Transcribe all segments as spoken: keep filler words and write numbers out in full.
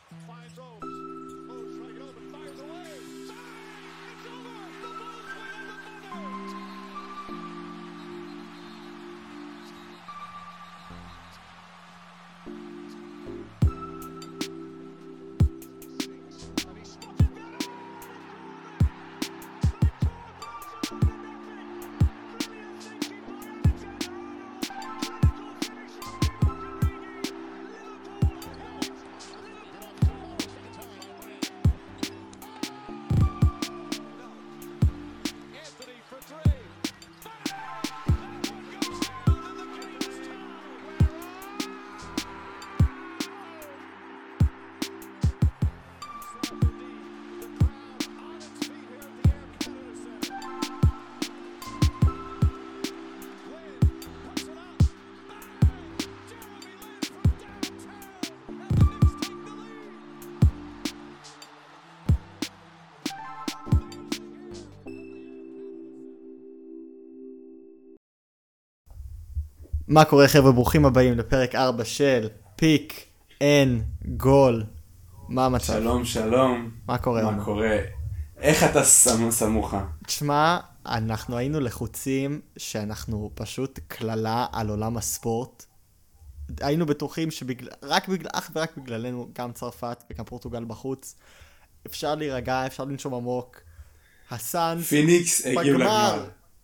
מה קורה חבר'ה, ברוכים הבאים לפרק ארבע של פיק אין גול. מה המצב? שלום שלום. מה קורה? מה קורה? איך אתה סמוכה? תשמע, אנחנו היינו לחוצים שאנחנו פשוט כללה על עולם הספורט. היינו בטוחים שרק בגלל, אך ורק בגללנו, גם צרפת וגם פורטוגל בחוץ, אפשר להירגע, אפשר לנשום עמוק. הסאנס פיניקס הגיעו לגמר.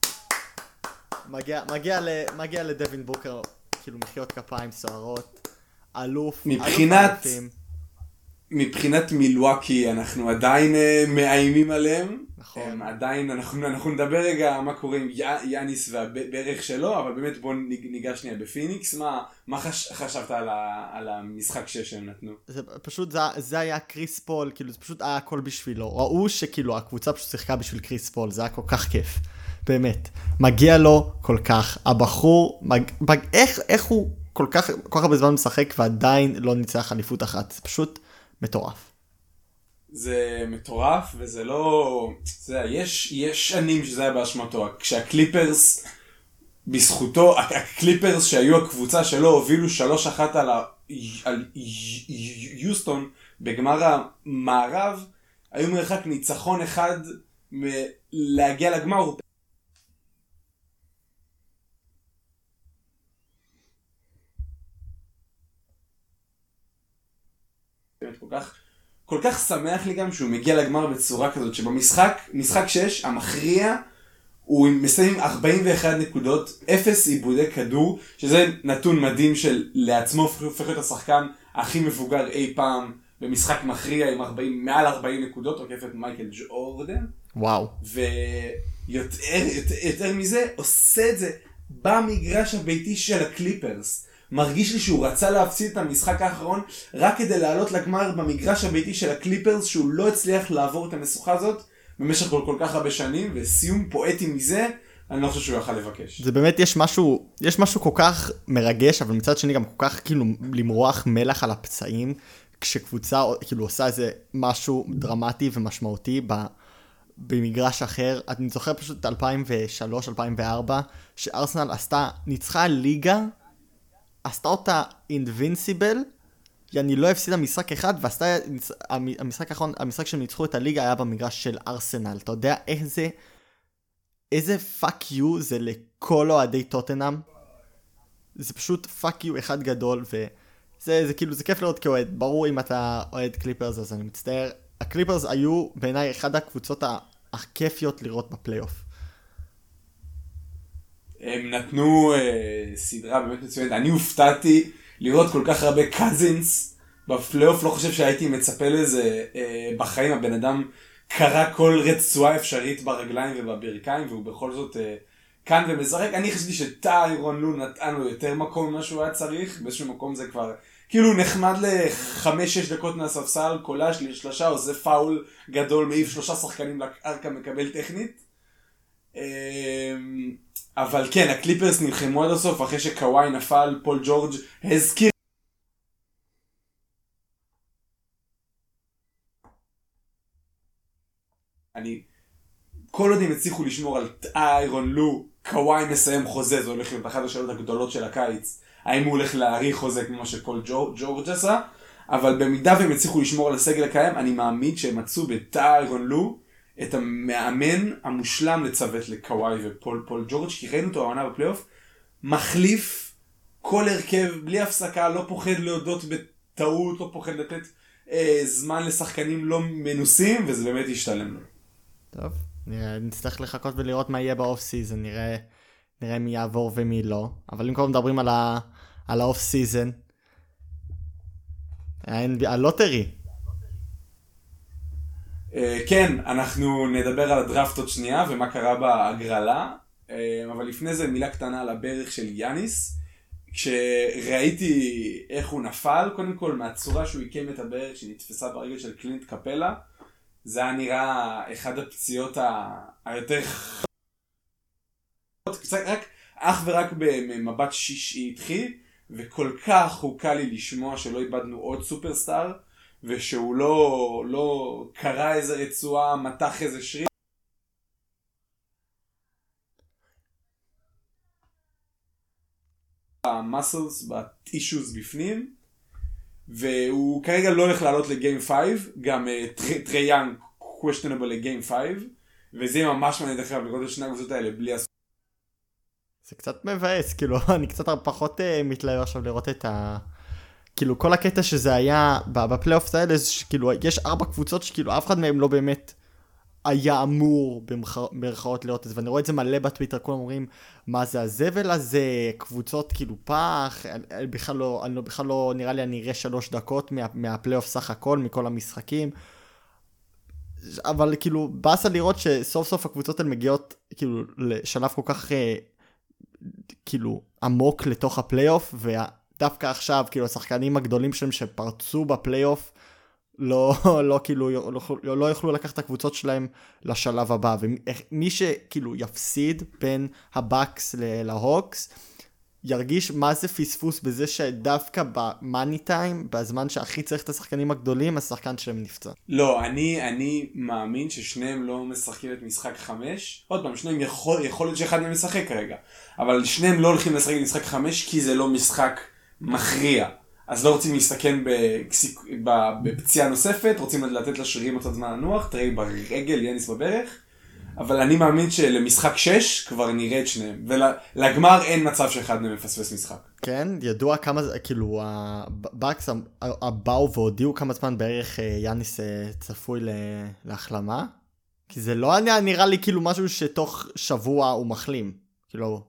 מגיע, מגיע, ל, מגיע לדווין בוקר, כאילו מחיאות כפיים סוערות, אלוף, מבחינת, אלוף מבחינת מילואקי, אנחנו עדיין uh, מאיימים עליהם. נכון. Um, עדיין, אנחנו, אנחנו נדבר רגע מה קורה עם יאניס והברך שלו, אבל באמת בוא ניגש שנייה בפיניקס. מה, מה חש, חשבת על, ה, על המשחק שש שהם נתנו? זה פשוט, זה, זה היה קריס פול, כאילו זה פשוט היה הכל בשבילו. ראו שכאילו הקבוצה פשוט שיחקה בשביל קריס פול, זה היה כל כך כיף. באמת, מגיע לו כל כך, הבחור, מג... מג... איך, איך הוא כל כך, כל כך הרבה זמן משחק ועדיין לא ניצח אליפות אחת, זה פשוט מטורף. זה מטורף, וזה לא, זה, יש, יש שנים שזה היה באשמתו, כשהקליפרס, בזכותו, הקליפרס שהיו הקבוצה שלו, הובילו שלוש אחת על, ה... על יוסטון, בגמר המערב, היו מרחק ניצחון אחד להגיע לגמר, כל כך, כל כך שמח לי גם שהוא מגיע לגמר בצורה כזאת, שבמשחק, משחק שש, המכריע, הוא מסיים ארבעים ואחת נקודות, אפס עיבודי כדור, שזה נתון מדהים של לעצמו הופך להיות השחקן הכי מבוגר אי פעם, במשחק מכריע עם ארבעים, מעל ארבעים נקודות, עוקף את מייקל ג'ורדן. וואו. ויותר יותר, יותר מזה, עושה את זה במגרש הביתי של הקליפרס. מרגיש לי שהוא רצה להפסיד את המשחק האחרון רק כדי לעלות לגמר במגרש הביתי של הקליפרס, שהוא לא הצליח לעבור את המשוכה הזאת במשך כל, כל כך הרבה שנים, וסיום פואטי מזה, אני לא חושב שהוא יוכל לבקש. זה באמת, יש משהו, יש משהו כל כך מרגש, אבל מצד שני גם כל כך כאילו למרוח מלח על הפצעים, כשקבוצה כאילו עושה איזה משהו דרמטי ומשמעותי ב... במגרש אחר. אני זוכר פשוט אלפיים ושלוש אלפיים וארבע, שארסנל עשתה, ניצחה ליגה, עשתה אותה אינבינסיבל, אני לא הפסידה משחק אחד, ועשתה, המשחק האחרון, המשחק שהם ניצחו את הליגה היה במגרש של ארסנל. אתה יודע איזה, איזה פאק יו זה לכל אוהדי טוטנהאם? זה פשוט פאק יו אחד גדול, וזה, זה כאילו, זה כיף לראות כאוהד. ברור אם אתה אוהד קליפרס, אז אני מצטער. הקליפרס היו בעיניי אחד הקבוצות הכיפיות לראות בפלייאוף. הם נתנו אה, סדרה באמת מצוינת. אני הופתעתי לראות כל כך הרבה קזינס בפלייאוף, לא חושב שהייתי מצפה לזה אה, בחיים. הבן אדם קרא כל רצועה אפשרית ברגליים ובברכיים, והוא בכל זאת אה, כאן ומשחק. אני חשבתי שטיירון לו נתן לו יותר מקום ממה שהוא היה צריך, באיזשהו מקום זה כבר כאילו נחמד לחמש שש דקות מהספסל, קולש לשלושה, עושה פאול גדול, מעיף שלושה שחקנים לקרקע, מקבל טכנית. אבל כן, הקליפרס נלחמו עד הסוף, אחרי שקוואי נפל, פול ג'ורג' הזכיר. אני, כל עוד הם הצליחו לשמור על טיירון לו, קוואי מסיים חוזה, זה הולך להיות אחת השאלות הגדולות של הקיץ. האם הוא הולך להאריך חוזה כמו שפול ג'ורג' עשה, אבל במידה והם הצליחו לשמור על הסגל הקיים, אני מאמין שהם מצאו בטיירון לו את המאמן המושלם לצוות לקוואי ופול פול ג'ורג', כי ראינו אותו העונה בפלייאוף, מחליף כל הרכב בלי הפסקה, לא פוחד להודות בטעות, לא פוחד לתת אה, זמן לשחקנים לא מנוסים, וזה באמת ישתלם לו. טוב, נראה, נצטרך לחכות ולראות מה יהיה באוף סיזן, נראה, נראה מי יעבור ומי לא, אבל אם כבר מדברים על, ה, על האוף סיזן, הלוטרי. כן, אנחנו נדבר על הדראפט עוד שנייה ומה קרה בהגרלה, אבל לפני זה מילה קטנה על הברך של יאניס. כשראיתי איך הוא נפל, קודם כל מהצורה שהוא עיקם את הברך שנתפסה ברגל של קלינט קפלה, זה היה נראה אחד הפציעות היותר קצת רק אך ורק במבט שישי התחיל, וכל כך הוקע לי לשמוע שלא איבדנו עוד סופרסטאר, ושהוא לא, לא קרא איזה רצועה, מתח איזה שריט. המסלס בטישוז בפנים, והוא כרגע לא הולך לעלות לגיים חמש, גם טרי יאנג questionable לגיים חמש, וזה ממש מעניין דרך אגב לראות את שני הקבוצות האלה בלי הסופרסטאר. זה קצת מבאס, כאילו, אני קצת פחות uh, מתלהב עכשיו לראות את ה... כאילו, כל הקטע שזה היה בפלייאופס האלה, כאילו, יש ארבע קבוצות שכאילו, אף אחד מהם לא באמת היה אמור במרכאות לראות את זה, ואני רואה את זה מלא בטוויטר, כולם אומרים, מה זה הזבל הזה, קבוצות כאילו פח, אני בכלל לא, אני בכלל לא, נראה לי אני אראה שלוש דקות מה, מהפלייאופ סך הכל, מכל המשחקים, אבל כאילו, באסה לראות שסוף סוף הקבוצות הן מגיעות, כאילו, לשלב כל כך... כאילו עמוק לתוך הפלייאוף, ודווקא עכשיו כאילו השחקנים הגדולים שלהם שפרצו בפלייאוף לא, לא כאילו לא, לא יוכלו לקחת את הקבוצות שלהם לשלב הבא, ומי שכאילו יפסיד בין הבאקס להוקס ירגיש מה זה פספוס בזה שדווקא במאני טיים, בזמן שהכי צריך את השחקנים הגדולים, השחקן שלהם נפצע. לא, אני, אני מאמין ששניהם לא משחקים את משחק חמש. עוד פעם, שניהם יכול, יכול להיות שאחד מהם משחק כרגע. אבל שניהם לא הולכים לשחק את משחק חמש, כי זה לא משחק מכריע. אז לא רוצים להסתכן בפציעה נוספת, רוצים לתת לשרירים אותו זמן לנוח, תראי ברגל, יאניס בברך. אבל אני מאמין שלמשחק שש כבר נראה את שניהם, ולגמר אין מצב שאחד מהם מפספס משחק. כן, ידוע כמה, כאילו, הבאקס באו והודיעו כמה זמן בערך יאניס צפוי להחלמה, כי זה לא נראה לי כאילו משהו שתוך שבוע הוא מחלים, כאילו...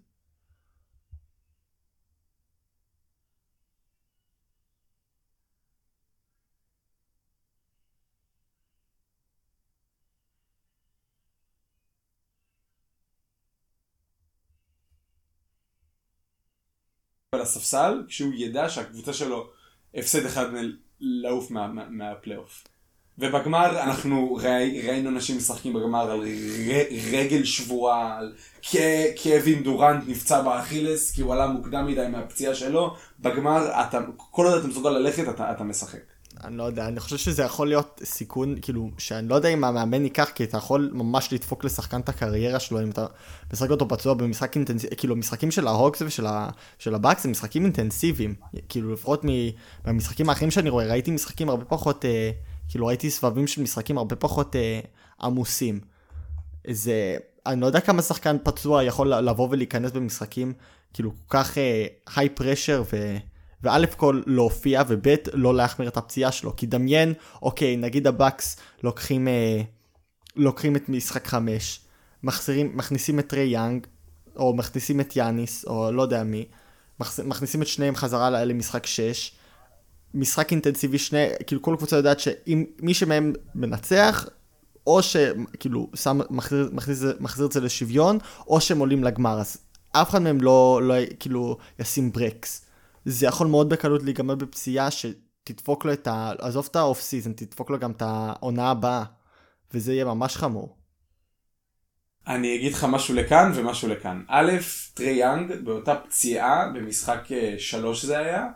על הספסל, כשהוא ידע שהקבוצה שלו הפסד אחד לעוף מה, מה, מהפלייאוף. ובגמר אנחנו ראי, ראינו אנשים משחקים בגמר על ר, רגל שבורה, על כאבים, דורנט נפצע באכילס, כי הוא עלה מוקדם מדי מהפציעה שלו. בגמר, אתה, כל עוד אתה מסוגל ללכת, אתה, אתה משחק. אני לא יודע, אני חושב שזה יכול להיות סיכון, כאילו, שאני לא יודע אם המאמן ייקח, כי אתה יכול ממש לדפוק לשחקן את הקריירה שלו, אם אתה משחק אותו פצוע במשחק אינטנסיבי, כאילו, משחקים של ההוקס ושל הבאקס, זה משחקים אינטנסיביים, כאילו, לפחות מהמשחקים האחרים שאני רואה, ראיתי משחקים הרבה פחות, אה, כאילו, ראיתי סבבים של משחקים הרבה פחות אה, עמוסים. זה, אני לא יודע כמה שחקן פצוע יכול לבוא ולהיכנס במשחקים, כאילו, כל כך היי פרשר ו... וא' כל להופיע, וב' לא להחמיר את הפציעה שלו, כי דמיין, אוקיי, נגיד הבאקס לוקחים, אה, לוקחים את משחק חמש, מחזירים, מכניסים את טרי יאנג, או מכניסים את יאניס, או לא יודע מי, מכניסים את שניהם חזרה למשחק שש, משחק אינטנסיבי שני, כאילו כל קבוצה יודעת שאם מי שמהם מנצח, או שכאילו שם, מחזיר, מחזיר, מחזיר את זה לשוויון, או שהם עולים לגמר, אז אף אחד מהם לא, לא כאילו ישים ברקס. זה יכול מאוד בקלות להיגמר בפציעה שתדפוק לו את ה... עזוב את האוף סיזן, תדפוק לו גם את העונה הבאה, וזה יהיה ממש חמור. אני אגיד לך משהו לכאן ומשהו לכאן. א', טרי יאנג באותה פציעה, במשחק שלוש זה היה,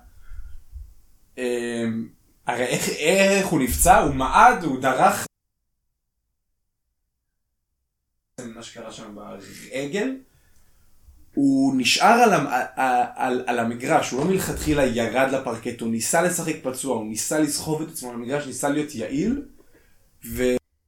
הרי איך, איך הוא נפצע, הוא מעד, הוא דרך, מה שקרה שם ברגל, הוא נשאר על, על, על המגרש, הוא לא מלכתחילה ירד לפרקט, הוא ניסה לשחק פצוע, הוא ניסה לסחוב את עצמו על המגרש, ניסה להיות יעיל, ו...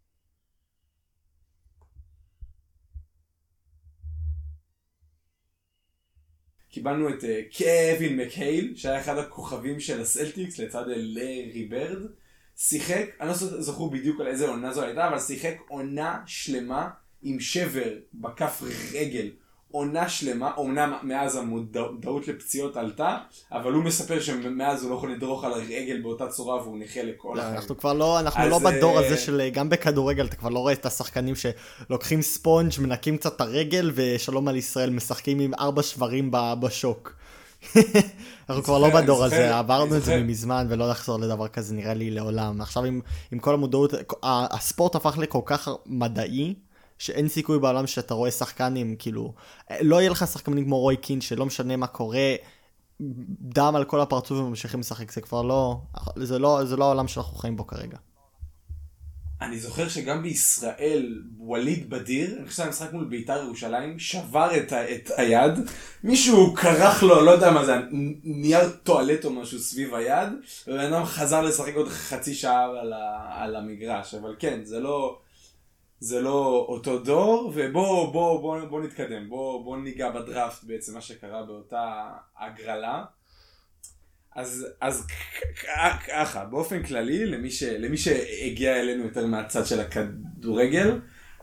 קיבלנו את קווין מקהייל, שהיה אחד הכוכבים של הסלטיקס לצד לארי ברד, שיחק, אני לא זוכר בדיוק על איזה עונה זו הייתה, אבל שיחק עונה שלמה עם שבר בכף רגל. עונה שלמה, אומנם מאז המודעות לפציעות עלתה, אבל הוא מספר שמאז הוא לא יכול לדרוך על הרגל באותה צורה והוא נכה לכל החיים. אנחנו כבר לא, אנחנו לא בדור הזה של, גם בכדורגל, אתה כבר לא רואה את השחקנים שלוקחים ספונג', מנקים קצת את הרגל, ושלום על ישראל משחקים עם ארבע שברים בשוק. אנחנו כבר לא בדור הזה, עברנו את זה מזמן, ולא לחזור לדבר כזה נראה לי לעולם. עכשיו עם כל המודעות, הספורט הפך לכל כך מדעי, שאין סיכוי בעולם שאתה רואה שחקנים, כאילו, לא יהיה לך שחקנים כמו רוי קין, שלא משנה מה קורה, דם על כל הפרצוף וממשיכים לשחק, זה כבר לא, זה לא, זה לא העולם שאנחנו חיים בו כרגע. אני זוכר שגם בישראל, וליד בדיר, אני חושב שהמשחק מול בית"ר ירושלים, שבר את, ה- את היד, מישהו קרח לו, לא יודע מה זה, נייר טואלט או משהו סביב היד, ובאדם חזר לשחק עוד חצי שעה על, ה- על המגרש, אבל כן, זה לא... זה לא אותו דור, ובוא בוא, בוא, בוא נתקדם, בוא, בוא ניגע בדראפט בעצם מה שקרה באותה הגרלה. אז, אז ככה, באופן כללי, למי, ש, למי שהגיע אלינו יותר מהצד של הכדורגל,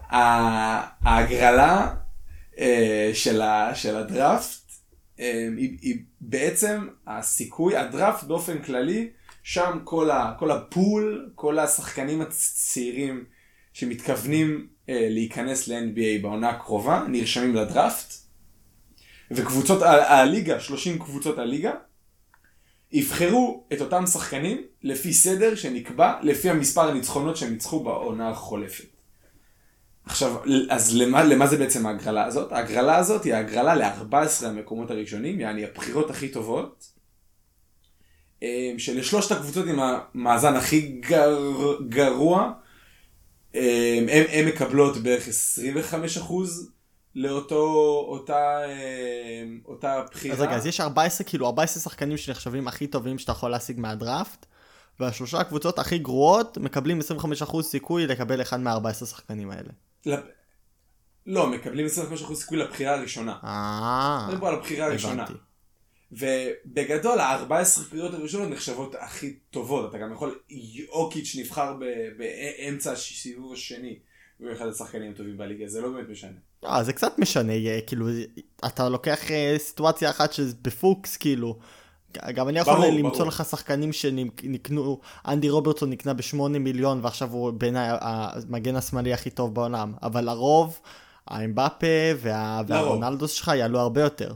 ההגרלה של, ה, של הדראפט, היא, היא בעצם הסיכוי, הדראפט באופן כללי, שם כל, ה, כל הפול, כל השחקנים הצעירים, שמתכוונים אה, להיכנס ל-אן בי איי בעונה הקרובה, נרשמים לדראפט, וקבוצות הליגה, שלושים קבוצות הליגה, יבחרו את אותם שחקנים לפי סדר שנקבע, לפי המספר הניצחונות שהם ניצחו בעונה החולפת. עכשיו, אז למה, למה זה בעצם ההגרלה הזאת? ההגרלה הזאת היא ההגרלה ל-ארבעה עשר המקומות הראשונים, יעני הבחירות הכי טובות, אה, שלשלושת הקבוצות עם המאזן הכי גר, גרוע, הם, הם מקבלות בערך עשרים וחמישה אחוז לאותו, אותה, אותה בחירה. אז רגע, אז יש ארבע עשרה, כאילו ארבע עשרה שחקנים שנחשבים הכי טובים שאתה יכול להשיג מהדראפט, והשלושה הקבוצות הכי גרועות מקבלים עשרים וחמישה אחוז סיכוי לקבל אחד מה-ארבע עשרה שחקנים האלה. לב... לא, מקבלים עשרים וחמישה אחוז סיכוי לבחירה הראשונה. אה, אני בוא על הבחירה הראשונה. ובגדול, ה-ארבע עשרה בחירות הראשונות נחשבות הכי טובות. אתה גם יכול, יוקיץ' נבחר באמצע הסיבוב השני, והוא אחד השחקנים הטובים בליגה, זה לא באמת משנה. אה, זה קצת משנה, כאילו, אתה לוקח סיטואציה אחת שבפוקס, כאילו, גם אני יכול ברור, למצוא ברור. לך שחקנים שנקנו, אנדי רוברטסון נקנה בשמונה מיליון, ועכשיו הוא בעיניי המגן השמאלי הכי טוב בעולם, אבל לרוב, האמבאפה וה... והרונלדוס שלך יעלו הרבה יותר.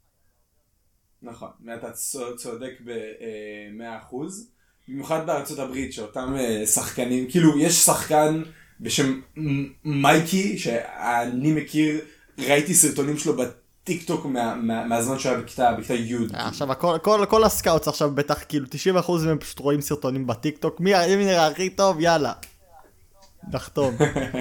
נכון, ואתה צודק ב-מאה אחוז, במיוחד בארצות הברית, שאותם שחקנים, כאילו יש שחקן בשם מייקי, שאני מכיר, ראיתי סרטונים שלו בטיק טוק מה, מה, מהזמן שהיה בכיתה, בכיתה יוד. עכשיו, כל, כל, כל הסקאוטס עכשיו בטח, כאילו תשעים אחוז מהם פשוט רואים סרטונים בטיק טוק, מי נראה הכי טוב, יאללה, נחתום.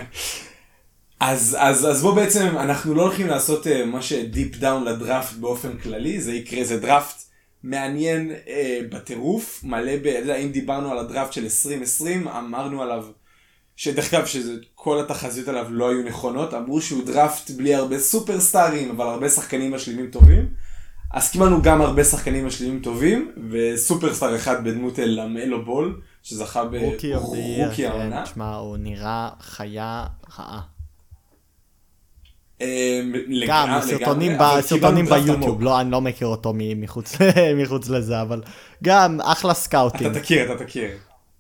אז, אז, אז בוא בעצם, אנחנו לא הולכים לעשות uh, מה שדיפ דאון לדראפט באופן כללי, זה יקרה, זה דראפט מעניין uh, בטירוף, מלא ב... אם דיברנו על הדראפט של עשרים עשרים, אמרנו עליו, שדרך כלל שכל התחזיות עליו לא היו נכונות, אמרו שהוא דראפט בלי הרבה סופרסטארים, אבל הרבה שחקנים משלימים טובים, אז קיבלנו גם הרבה שחקנים משלימים טובים, וסופרסטאר אחד בדמות למלו בול, שזכה ברוקי העונה. תשמע, הוא נראה חיה רעה. גם סרטונים ביוטיוב, לא, אני לא מכיר אותו מחוץ לזה, אבל גם אחלה סקאוטים. אתה תכיר, אתה תכיר.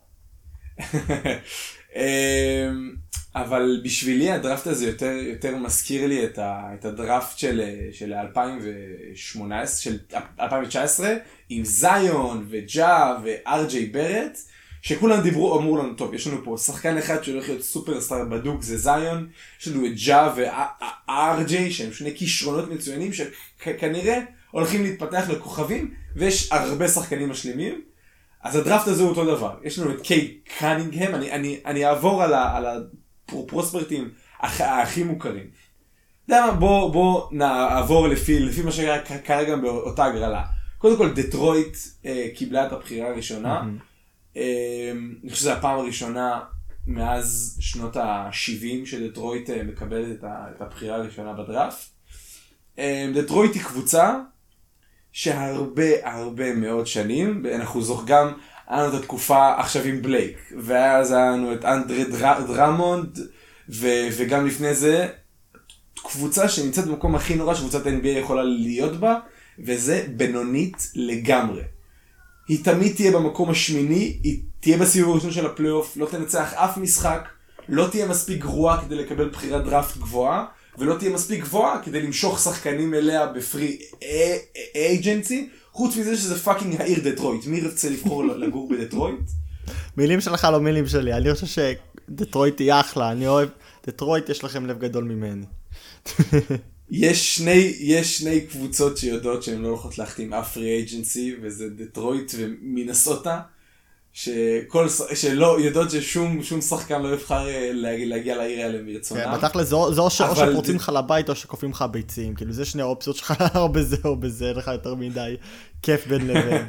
אבל בשבילי הדראפט הזה יותר, יותר מזכיר לי את, ה, את הדראפט של, של אלפיים ושמונה עשרה, של אלפיים תשע עשרה, עם זיון וג'ה ואר ג'יי ברט, שכולם דיברו, אמרו לנו, טוב, יש לנו פה שחקן אחד שהולך להיות סופרסטאר בדוק, זה זיון, יש לנו את ג'ה ואר ג'יי, שהם שני כישרונות מצוינים, שכנראה הולכים להתפתח לכוכבים, ויש הרבה שחקנים משלימים, אז הדראפט הזה הוא אותו דבר. יש לנו את קייד קנינגהם, אני, אני, אני אעבור על, ה, על הפרוספרטים הכ, הכי מוכרים. יודע מה, בוא, בוא נעבור לפי, לפי מה שקרה גם באותה הגרלה. קודם כל, דטרויט אה, קיבלה את הבחירה הראשונה. Mm-hmm. אה, אני חושב שזו הפעם הראשונה מאז שנות ה-שבעים שדטרויט אה, מקבלת את, ה, את הבחירה הראשונה בדראפט. אה, דטרויט היא קבוצה שהרבה הרבה מאוד שנים, אנחנו זוכר גם, היה לנו את התקופה עכשיו עם בלייק, ואז היה לנו את אנדרי דר, דרמונד, ו, וגם לפני זה, קבוצה שנמצאת במקום הכי נורא שקבוצת ה-אן בי איי יכולה להיות בה, וזה בינונית לגמרי. היא תמיד תהיה במקום השמיני, היא תהיה בסיבוב הראשון של הפלייאוף, לא תנצח אף משחק, לא תהיה מספיק גרועה כדי לקבל בחירת דראפט גבוהה, ולא תהיה מספיק גבוהה כדי למשוך שחקנים אליה בפרי אייג'נסי, חוץ מזה שזה פאקינג העיר דטרויט. מי רצה לבחור לגור בדטרויט? מילים שלך לא מילים שלי, אני חושב שדטרויט היא אחלה, אני אוהב, דטרויט יש לכם לב גדול ממני. יש שני, יש שני קבוצות שיודעות שהן לא הולכות להחתים אף פרי אייג'נסי, וזה דטרויט ומינסוטה, שכל, שלא, יודעות ששום, שום שחקן לא יבחר להגיע, להגיע לעיר האלה מרצונם. כן, בטח לזו, זה או שפורצים לך לבית או שקופים לך ביצים, כאילו זה שני האופציות שלך, או בזה או בזה, לך יותר מדי כיף בין לבין.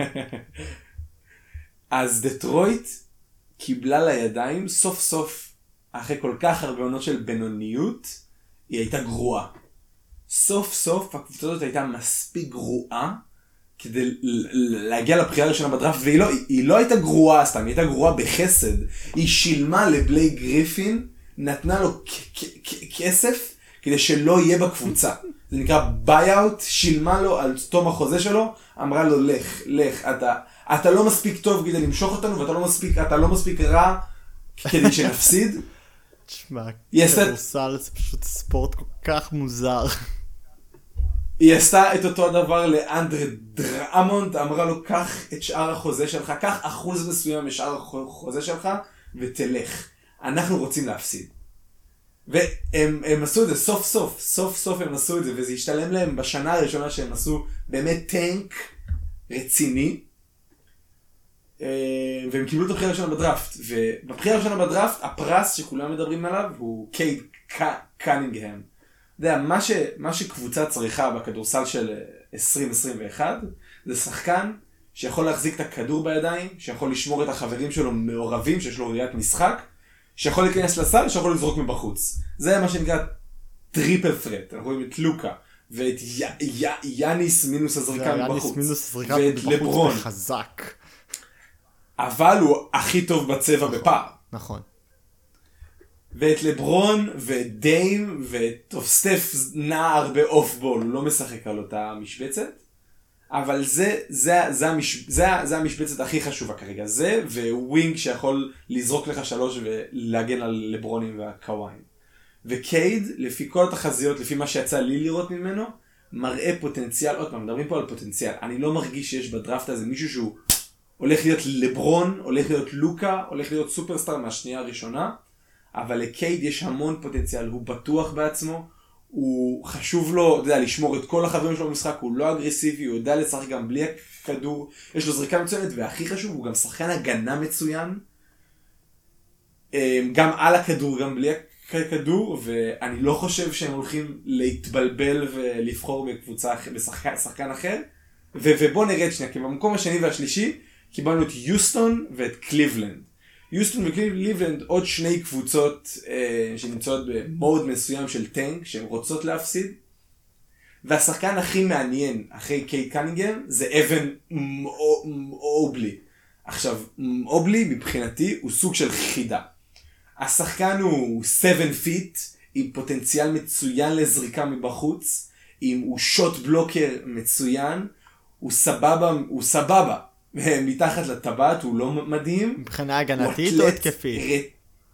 אז דטרויט קיבלה לידיים, סוף סוף, אחרי כל כך הרבה עונות של בינוניות, היא הייתה גרועה. סוף סוף הקבוצה הזאת הייתה מספיק גרועה, כדי להגיע לבחירה הראשונה בדראפט, והיא לא, היא לא הייתה גרועה סתם, היא הייתה גרועה בחסד. היא שילמה לבלי גריפין, נתנה לו כסף, כדי שלא יהיה בקבוצה. זה נקרא ביי-אוט, שילמה לו על תום החוזה שלו, אמרה לו, לך, לך, אתה, אתה לא מספיק טוב כדי למשוך אותנו, ואתה לא מספיק, אתה לא מספיק רע כדי שנפסיד. תשמע, כדורסל זה פשוט ספורט כל כך מוזר. היא עשתה את אותו הדבר לאנדרי דרמונד, אמרה לו, קח את שאר החוזה שלך, קח אחוז מסוים משאר החוזה שלך, ותלך. אנחנו רוצים להפסיד. והם הם עשו את זה סוף סוף, סוף סוף הם עשו את זה, וזה השתלם להם בשנה הראשונה שהם עשו באמת טנק רציני, והם קיבלו את הבחירה הראשונה בדראפט, ובבחירה הראשונה בדראפט, הפרס שכולם מדברים עליו הוא קייד קנינגהם. אתה יודע, מה, ש, מה שקבוצה צריכה בכדורסל של עשרים עשרים ואחת, זה שחקן שיכול להחזיק את הכדור בידיים, שיכול לשמור את החברים שלו מעורבים, שיש לו ראיית משחק, שיכול להיכנס לסל, שיכול לזרוק מבחוץ. זה מה שנקרא טריפל פרט. אנחנו רואים את לוקה, ואת י, י, יאניס מינוס הזריקה מבחוץ. יאניס מינוס הזריקה ואת לברון. חזק. אבל הוא הכי טוב בצבע בפער. נכון. ואת לברון ואת דיים ואת סטף נער באוף בול, הוא לא משחק על אותה משבצת, אבל זה, זה, זה, המש, זה, זה המשבצת הכי חשובה כרגע, זה וווינג שיכול לזרוק לך שלוש ולהגן על לברונים והקוואיים. וקייד, לפי כל התחזיות, לפי מה שיצא לי לראות ממנו, מראה פוטנציאל, עוד פעם, מדברים פה על פוטנציאל, אני לא מרגיש שיש בדראפט הזה מישהו שהוא הולך להיות לברון, הולך להיות לוקה, הולך להיות סופרסטאר מהשנייה הראשונה, אבל לקייד יש המון פוטנציאל, הוא בטוח בעצמו, הוא חשוב לו, אתה יודע, לשמור את כל החברים שלו במשחק, הוא לא אגרסיבי, הוא יודע לשחק גם בלי הכדור, יש לו זריקה מצוינת, והכי חשוב, הוא גם שחקן הגנה מצוין, גם על הכדור, גם בלי הכדור, ואני לא חושב שהם הולכים להתבלבל ולבחור בקבוצה, בשחקן אחר, ובוא נרד שנייה, כי במקום השני והשלישי, קיבלנו את יוסטון ואת קליבלנד. יוסטון וקליבלנד עוד שני קבוצות אה, שנמצאות במוד מסוים של טנק, שהן רוצות להפסיד. והשחקן הכי מעניין אחרי קייד קנינגהם זה אבן אובלי. עכשיו, אובלי מבחינתי הוא סוג של חידה. השחקן הוא שבע פיט עם פוטנציאל מצוין לזריקה מבחוץ, עם הוא שוט בלוקר מצוין, הוא סבבה, הוא סבבה. מתחת לטבעת הוא לא מדהים. מבחינה הגנתית או התקפית?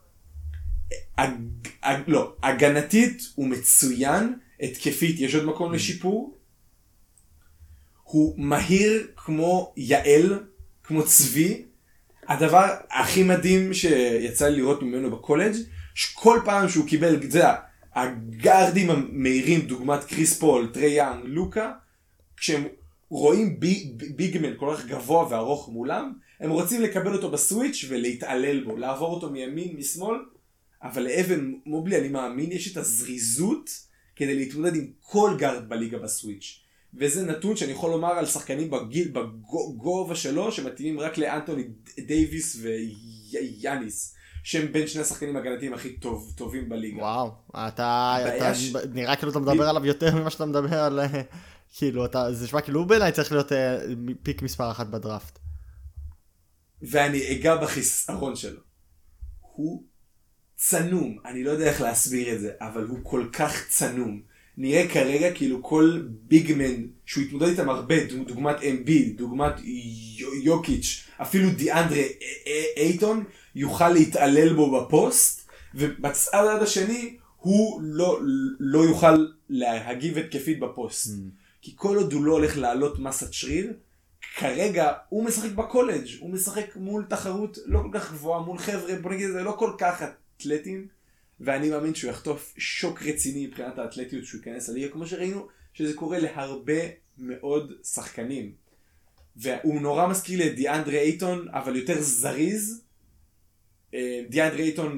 לא, הגנתית הוא מצוין, התקפית יש עוד מקום לשיפור. הוא מהיר כמו יעל, כמו צבי. הדבר הכי מדהים שיצא לי לראות ממנו בקולג', שכל פעם שהוא קיבל, זה הגארדים המהירים, דוגמת קריס פול, טרי יאנג, לוקה, כשהם רואים ביגמן כל כך גבוה וארוך מולם, הם רוצים לקבל אותו בסוויץ' ולהתעלל בו, לעבור אותו מימין, משמאל, אבל לאבן מובלי אני מאמין, יש את הזריזות כדי להתמודד עם כל גארד בליגה בסוויץ'. וזה נתון שאני יכול לומר על שחקנים בגיל, בגובה שלו, שמתאימים רק לאנטוני דייביס ויאניס, שהם בין שני השחקנים הגנתיים הכי טוב, טובים בליגה. וואו, אתה, אתה ש... נראה כאילו אתה מדבר עליו יותר ממה שאתה מדבר על, כאילו, אתה, זה שמה כאילו בעיניי צריך להיות פיק מספר אחת בדראפט. ואני אגע בחיסרון שלו. הוא צנום, אני לא יודע איך להסביר את זה, אבל הוא כל כך צנום. נראה כרגע כאילו כל ביגמן שהוא התמודד איתם הרבה, דוגמת אמביד, דוגמת יוקיץ', אפילו דיאנדרה אייטון, יוכל להתעלל בו בפוסט, ובצד השני הוא לא, לא יוכל להגיב התקפית בפוסט. Mm. כי כל עוד הוא לא הולך לעלות מסת שריר, כרגע הוא משחק בקולג', הוא משחק מול תחרות לא כל כך גבוהה, מול חבר'ה, בוא נגיד, זה לא כל כך אתלטים, ואני מאמין שהוא יחטוף שוק רציני מבחינת האתלטיות שהוא ייכנס לליגה, כמו שראינו שזה קורה להרבה מאוד שחקנים. והוא נורא מזכיר לי את דיאנדרה אייטון, אבל יותר זריז. דיאנדרה אייטון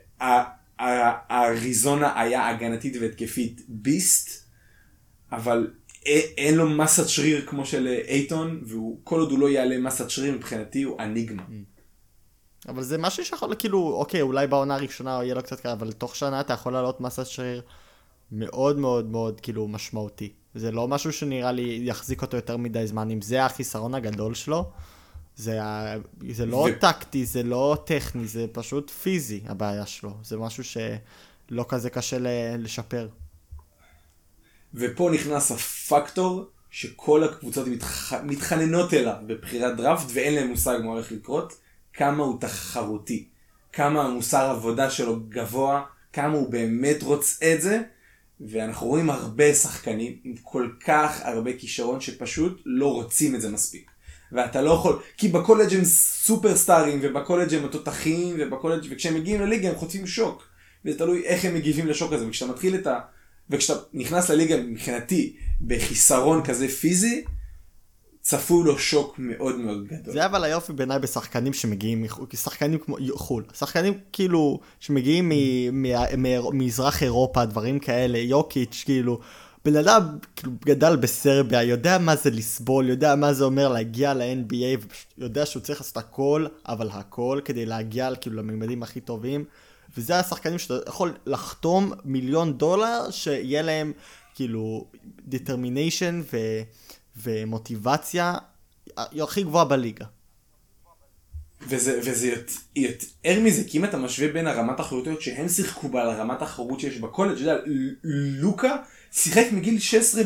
באריזונה היה הגנתית והתקפית ביסט, אבל אין לו מסת שריר כמו של אייטון, וכל עוד הוא לא יעלה מסת שריר מבחינתי הוא אניגמה. אבל זה משהו שיכול, כאילו, אוקיי, אולי בעונה הראשונה יהיה לו קצת קרה, אבל תוך שנה אתה יכול לעלות מסת שריר מאוד מאוד מאוד, כאילו, משמעותי. זה לא משהו שנראה לי יחזיק אותו יותר מדי זמן. אם זה החיסרון הגדול שלו, זה, זה לא ו... טקטי, זה לא טכני, זה פשוט פיזי, הבעיה שלו. זה משהו שלא כזה קשה לשפר. ופה נכנס הפקטור שכל הקבוצות מתח... מתחננות אליו בבחירת דראפט, ואין להם מושג מה הולך לקרות. כמה הוא תחרותי, כמה המוסר עבודה שלו גבוה, כמה הוא באמת רוצה את זה, ואנחנו רואים הרבה שחקנים עם כל כך הרבה כישרון שפשוט לא רוצים את זה מספיק. ואתה לא יכול, כי בקולג' הם סופרסטארים, ובקולג' הם התותחים, ובקולג' וכשהם מגיעים לליגה הם חוטפים שוק, וזה תלוי איך הם מגיבים לשוק הזה, וכשאתה מתחיל את ה... וכשאתה נכנס לליגה מבחינתי בחיסרון כזה פיזי, צפוי לו שוק מאוד מאוד גדול. זה אבל היופי בעיניי בשחקנים שמגיעים מחו"ל, שחקנים כמו חו"ל, שחקנים כאילו שמגיעים ממזרח אירופה, דברים כאלה, יוקיץ' כאילו, בן אדם כאילו גדל בסרביה, יודע מה זה לסבול, יודע מה זה אומר להגיע ל-אן בי איי, ויודע שהוא צריך לעשות הכל, אבל הכל כדי להגיע כאילו לממדים הכי טובים, וזה השחקנים שאתה יכול לחתום מיליון דולר, שיהיה להם כאילו determination ו... ומוטיבציה הכי גבוהה בליגה. וזה, וזה יותר מזה, כי אם אתה משווה בין הרמת החרוטיות שהם שיחקו בה לרמת החרות שיש בקולג', יודע, לוקה שיחק מגיל שש עשרה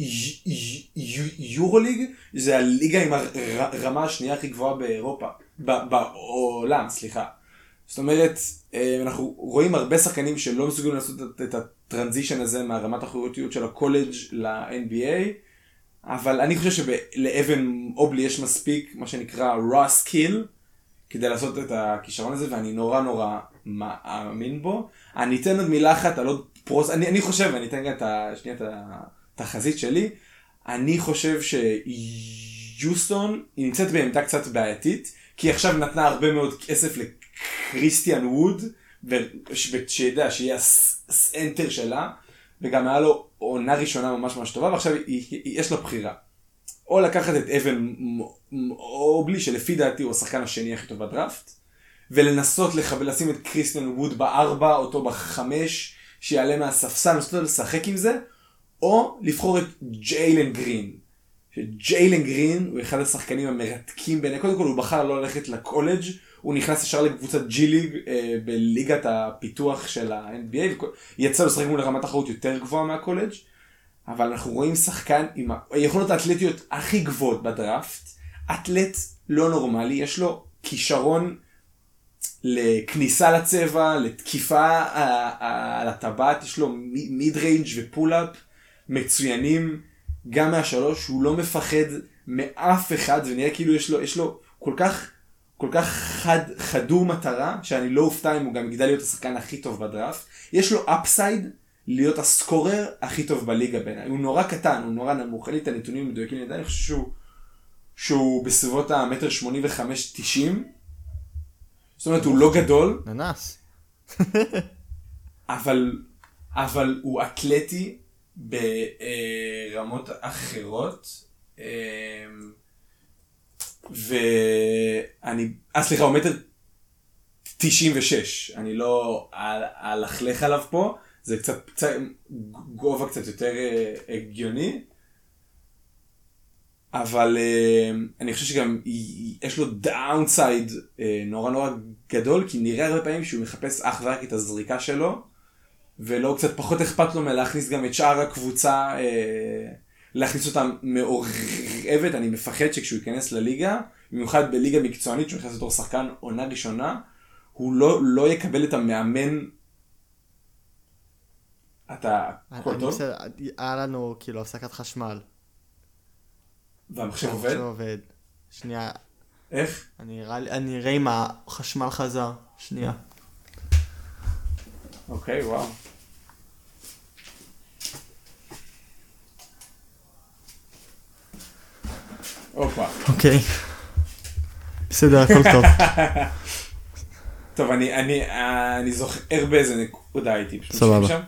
ביורוליג, זה הליגה עם הרמה השנייה הכי גבוהה באירופה, בעולם, סליחה. זאת אומרת, אנחנו רואים הרבה שחקנים שלא מסוגלים לעשות את הטרנזישן הזה מהרמת החרוטיות של הקולג' ל-אן בי איי, אבל אני חושב שלאבן אובלי יש מספיק מה שנקרא raw skill כדי לעשות את הכישרון הזה, ואני נורא נורא מאמין בו. אני אתן עוד מילה אחת על עוד פרוס, אני, אני חושב, אני אתן גם את השנייה, את התחזית שלי, אני חושב שיוסטון היא נמצאת בעמדה קצת בעייתית, כי היא עכשיו נתנה הרבה מאוד כסף לקריסטיאן ווד, ושידע שיהיה הסנטר שלה, וגם היה לו עונה ראשונה ממש ממש טובה, ועכשיו יש לו בחירה. או לקחת את אבן אובלי, שלפי דעתי הוא השחקן השני הכי טוב בדראפט, ולנסות לשים את קריסטיאן ווד בארבע, אותו בחמש, שיעלה מהספסל, לנסות לשחק עם זה, או לבחור את ג'יילן גרין. ג'יילן גרין הוא אחד השחקנים המרתקים בעיני, קודם כל הוא בחר לא ללכת לקולג', הוא נכנס ישר לקבוצת ג'י ליג אה, בליגת הפיתוח של ה-אן בי איי, יצא לו שחק מול רמת תחרות יותר גבוהה מהקולג', אבל אנחנו רואים שחקן עם היכולות האתלטיות הכי גבוהות בדראפט, אתלט לא נורמלי, יש לו כישרון לכניסה לצבע, לתקיפה על הטבעת, יש לו מיד ריינג' ופול-אפ מצוינים, גם מהשלוש, הוא לא מפחד מאף אחד, ונראה כאילו יש לו, יש לו כל כך, כל כך חד, חדור מטרה, שאני לא אופתע אם הוא גם יגדל להיות השחקן הכי טוב בדראפט. יש לו אפסייד להיות הסקורר הכי טוב בליגה בעיניי. הוא נורא קטן, הוא נורא נמוך, אין לי את הנתונים מדויקים לידי, אני חושב שהוא, שהוא בסביבות המטר שמונים וחמש תשעים, זאת אומרת הוא לא גדול. ננס. אבל, אבל הוא אתלטי, ברמות אחרות, ואני, אה סליחה, הוא מטר תשעים ושש, אני לא אלכלך עליו פה, זה קצת, קצת גובה קצת יותר הגיוני, אבל אני חושב שגם יש לו דאונסייד נורא נורא גדול, כי נראה הרבה פעמים שהוא מחפש אך ורק את הזריקה שלו, ולא קצת פחות אכפת לו מלהכניס גם את שאר הקבוצה, להכניס אותה מעורבת. אני מפחד שכשהוא ייכנס לליגה, במיוחד בליגה מקצוענית, שהוא נכנס לתור שחקן עונה ראשונה, הוא לא, לא יקבל את המאמן. אתה הכל טוב? היה לנו כאילו הפסקת חשמל. והמחשב עובד? המחשב עובד. שנייה. איך? אני אראה אם החשמל חזר. שנייה. אוקיי, וואו. אופה. אוקיי. בסדר, הכל טוב. טוב, אני, אני, אני זוכר באיזה נקודה הייתי. סבבה.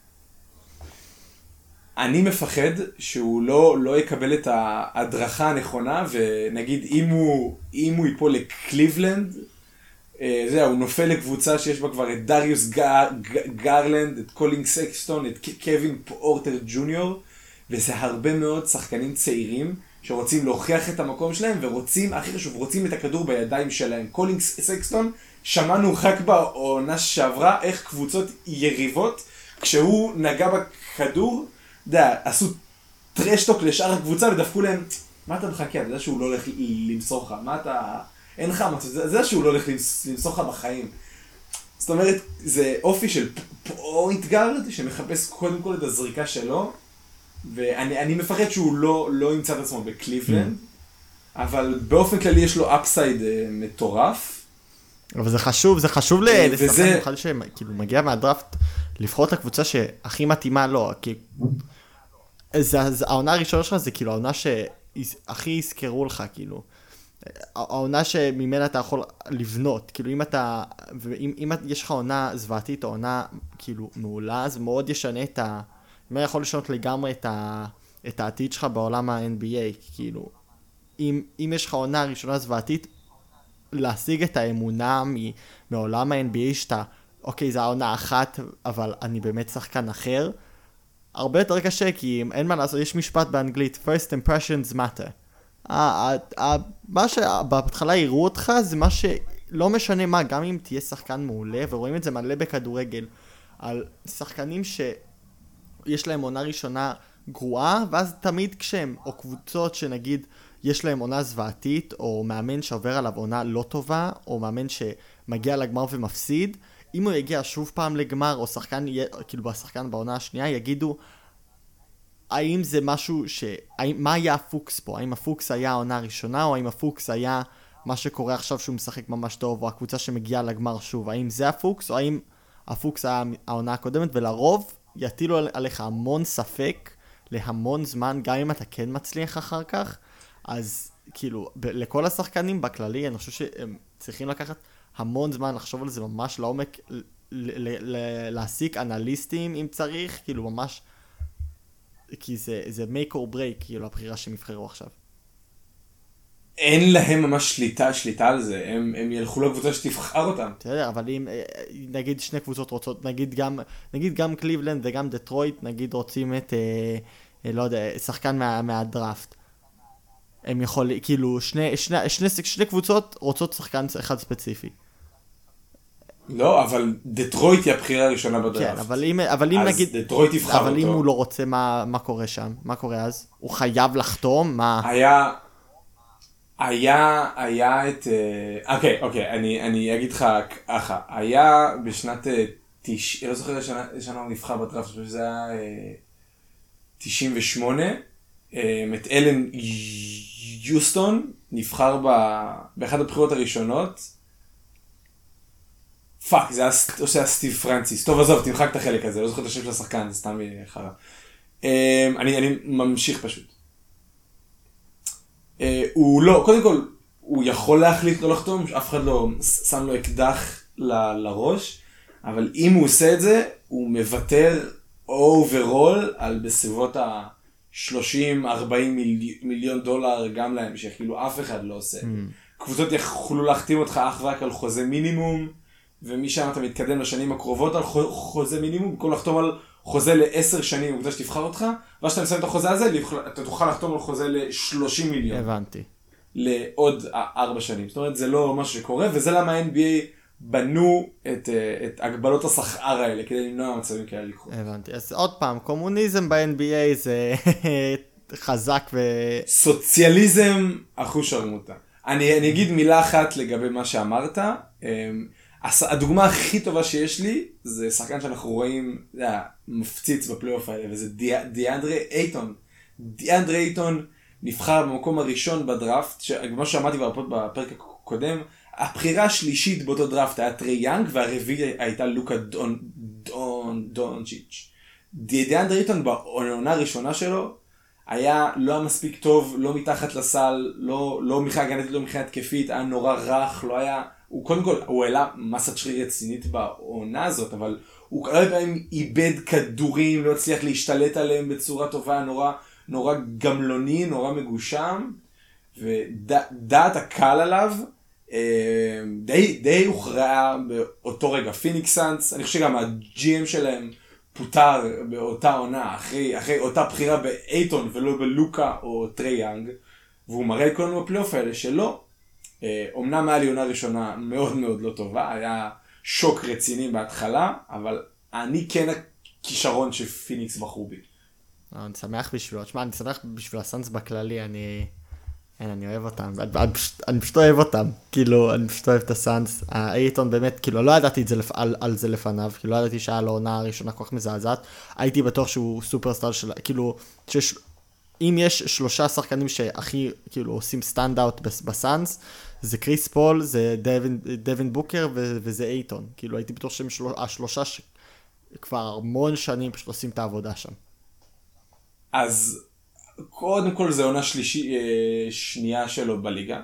אני מפחד שהוא לא, לא יקבל את ההדרכה הנכונה, ונגיד אם הוא, אם הוא ייפול לקליבלנד, זה, הוא נופל לקבוצה שיש בה כבר את דריוס גרלנד, את קולינג סקסטון, את קווין פורטר ג'וניור, וזה הרבה מאוד שחקנים צעירים שרוצים להוכיח את המקום שלהם, ורוצים, הכי חשוב, רוצים את הכדור בידיים שלהם. קולינג סקסטון, שמענו רק בעונה שעברה איך קבוצות יריבות, כשהוא נגע בכדור, יודע, עשו טרשטוק לשאר הקבוצה ודפקו להם, מה אתה מחכה? אתה יודע שהוא לא הולך למסור לך, מה אתה... אין לך, זה זה שהוא לא הולך למסור לך בחיים. זאת אומרת, זה אופי של פוינט גארד שמחפש קודם כל את הזריקה שלו, ואני אני מפחד שהוא לא, לא ימצא את עצמו בקליבלנד, אבל באופן כללי יש לו אפסייד מטורף. אבל זה חשוב, זה חשוב לשחקן מיוחד שכאילו מגיע מהדראפט, לבחור את הקבוצה שהכי מתאימה לו, כי העונה הראשונה שלך זה כאילו העונה שהכי יזכרו לך, כאילו. העונה שממנה אתה יכול לבנות, כאילו אם אתה, ואם אם יש לך עונה זוועתית או עונה כאילו מעולה, זה מאוד ישנה את ה... מה יכול לשנות לגמרי את, ה, את העתיד שלך בעולם ה-אן בי איי, כאילו, אם, אם יש לך עונה ראשונה זוועתית, להשיג את האמונה מ, מעולם ה-אן בי איי שאתה, אוקיי, זו העונה אחת, אבל אני באמת שחקן אחר, הרבה יותר קשה, כי אין מה לעשות, יש משפט באנגלית, first impressions matter. מה שבהתחלה יראו אותך, זה מה שלא משנה מה, גם אם תהיה שחקן מעולה, ורואים את זה מלא בכדורגל, על שחקנים ש... יש להם עונה ראשונה גרועה, ואז תמיד כשהם, או קבוצות שנגיד יש להם עונה זוועתית, או מאמן שעובר עליו עונה לא טובה, או מאמן שמגיע לגמר ומפסיד, אם הוא יגיע שוב פעם לגמר, או שחקן, כאילו השחקן בעונה השנייה, יגידו, האם זה משהו ש... האם, מה היה הפוקס פה? האם הפוקס היה העונה הראשונה, או האם הפוקס היה מה שקורה עכשיו שהוא משחק ממש טוב, או הקבוצה שמגיעה לגמר שוב? האם זה הפוקס, או האם הפוקס היה העונה הקודמת? ולרוב, יטילו עליך המון ספק להמון זמן, גם אם אתה כן מצליח אחר כך, אז כאילו, ב- לכל השחקנים בכללי, אני חושב שהם צריכים לקחת המון זמן לחשוב על זה ממש לעומק, ל- ל- ל- להסיק אנליסטים אם צריך, כאילו ממש, כי זה, זה make or break, כאילו הבחירה שהם יבחרו עכשיו. אין להם ממש שליטה, שליטה על זה, הם, הם ילכו לקבוצה שתבחר אותם. בסדר, אבל אם נגיד שני קבוצות רוצות, נגיד גם, נגיד גם קליבלנד וגם דטרויט, נגיד רוצים את, אה, לא יודע, שחקן מה, מהדראפט. הם יכולים, כאילו, שני, שני, שני, שני קבוצות רוצות שחקן אחד ספציפי. לא, אבל דטרויט היא הבחירה הראשונה בדראפט. כן, אבל אם, אבל אם אז נגיד, דטרויט יבחר אבל אותו. אם הוא לא רוצה, מה, מה קורה שם? מה קורה אז? הוא חייב לחתום? מה? היה... היה, היה את, אוקיי, אוקיי, אני, אני אגיד לך ככה, היה בשנת תש... לא זוכר לשנה, לשנה הוא נבחר בדראפט, שזה היה תשעים ושמונה, את אלן יוסטון, נבחר ב... באחד הבחירות הראשונות, פאק, זה היה, או שזה היה סטיב פרנסיס, טוב עזוב, תמחק את החלק הזה, לא זוכר את השם של השחקן, זה סתם חרא. אני, אני ממשיך פשוט. Uh, הוא לא, קודם כל, הוא יכול להחליט לא לחתום, אף אחד לא שם לו אקדח ל, לראש, אבל אם הוא עושה את זה, הוא מוותר, אוברול על בסביבות ה-שלושים ארבעים מיליון דולר גם להם, שכאילו אף אחד לא עושה. קבוצות יכולו להחתים אותך אך ורק על חוזה מינימום, ומשם אתה מתקדם לשנים הקרובות על חוזה מינימום, במקום לחתום על חוזה לעשר שנים, בקבוצה שתבחר אותך, ואז שאתה מסיים את החוזה הזה, אתה תוכל לחתום על חוזה ל-שלושים מיליון. הבנתי. לעוד ארבע שנים. זאת אומרת, זה לא מה שקורה, וזה למה ה-אן בי איי בנו את, את הגבלות השכר האלה, כדי למנוע מצבים כאלה לקרות. הבנתי. אז עוד פעם, קומוניזם ב-אן בי איי זה חזק ו... סוציאליזם אחוש שרמוטה. אני, אני אגיד מילה אחת לגבי מה שאמרת. הדוגמה הכי טובה שיש לי, זה שחקן שאנחנו רואים, זה מפציץ בפלייאוף האלה, וזה דיאנדרי אייטון. דיאנדרי אייטון נבחר במקום הראשון בדראפט, כמו שאמרתי בפרק הקודם, הבחירה השלישית באותו דראפט היה טרי יאנג, והרביעי הייתה לוקה דון, דון, דונצ'יץ'. דיאנדרי אייטון בעונה הראשונה שלו, היה לא היה מספיק טוב, לא מתחת לסל, לא, לא מבחינה הגנתית, לא מבחינה התקפית, היה נורא רך, לא היה, הוא קודם כל, הוא העלה מסת שריר רצינית בעונה הזאת, אבל הוא הרבה פעמים איבד כדורים, לא הצליח להשתלט עליהם בצורה טובה, נורא, נורא גמלוני, נורא מגושם, ודעת הקהל עליו, די, די הוכרעה באותו רגע. פיניקס סאנס, אני חושב שגם הג'י אם שלהם פוטר באותה עונה, אחרי, אחרי אותה בחירה באייטון ולא בלוקה או טרי יאנג, והוא מראה לכולנו בפלייאוף האלה שלא. אומנם היה לי עונה ראשונה מאוד מאוד לא טובה, היה שוק רציני בהתחלה, אבל אני כן הכישרון שפיניקס בחרו בי. אני שמח בשבילו, תשמע, אני שמח בשביל הסאנס בכללי, אני... אין, אני אוהב אותם, אני פשוט, אני פשוט אוהב אותם, כאילו, אני פשוט אוהב את הסאנס. האייטון באמת, כאילו, לא ידעתי את זה לפ... על, על זה לפניו, כאילו, לא ידעתי שהיה לו עונה הראשונה כל כך מזעזעת, הייתי בטוח שהוא סופרסטאר של, כאילו, שיש, אם יש שלושה שחקנים שהכי, כאילו, עושים סטנד-אוט בסאנס, זה קריס פול, זה דווין, דווין בוקר ו... וזה אייטון, כאילו, הייתי בטוח שהם של... השלושה שכבר המון שנים פשוט עושים את העבודה שם. אז... קודם כל זה עונה שלישי, שנייה שלו בליגה.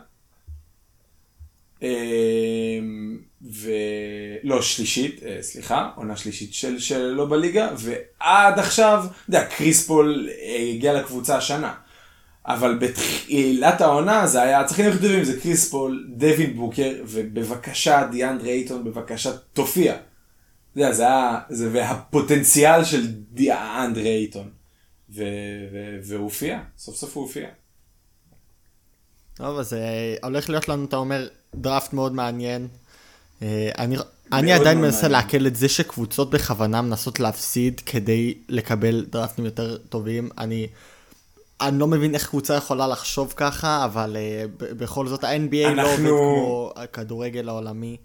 ולא, שלישית, סליחה, עונה שלישית של, שלו בליגה, ועד עכשיו, אתה יודע, קריס פול הגיע לקבוצה השנה. אבל בתחילת העונה זה היה, צריכים להיות טובים, זה קריס פול, דווין בוקר, ובבקשה דיאנדרי אייטון, בבקשה תופיע. אתה יודע, זה היה, זה והפוטנציאל של דיאנדרי אייטון. והוא הופיע, סוף סוף הוא הופיע. טוב, אז הולך להיות לנו, אתה אומר, דראפט מאוד מעניין. אני עדיין מנסה להקל את זה שקבוצות בכוונה מנסות להפסיד כדי לקבל דראפטים יותר טובים. אני לא מבין איך קבוצה יכולה לחשוב ככה, אבל בכל זאת ה-אן בי איי לא עובד כמו הכדורגל העולמי.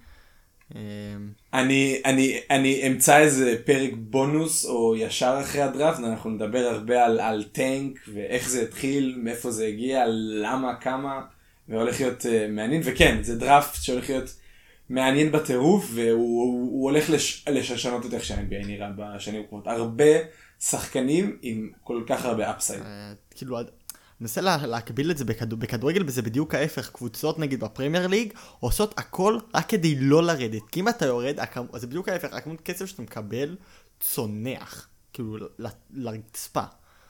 אני, אני, אני אמצא איזה פרק בונוס או ישר אחרי הדראפט, אנחנו נדבר הרבה על, על טנק ואיך זה התחיל, מאיפה זה הגיע, למה, כמה, והולך להיות uh, מעניין, וכן, זה דראפט שהולך להיות מעניין בטירוף, והוא הולך לש, לשנות את איך שה-אן בי איי נראה בשנים הקרובות. הרבה שחקנים עם כל כך הרבה אפסייד. כאילו, ננסה לה, להקביל את זה בכדור, בכדורגל, וזה בדיוק ההפך. קבוצות, נגיד, בפרמייר ליג, עושות הכל רק כדי לא לרדת. כי אם אתה יורד, זה בדיוק ההפך. הכמות כסף שאתה מקבל צונח, כאילו, לרצפה.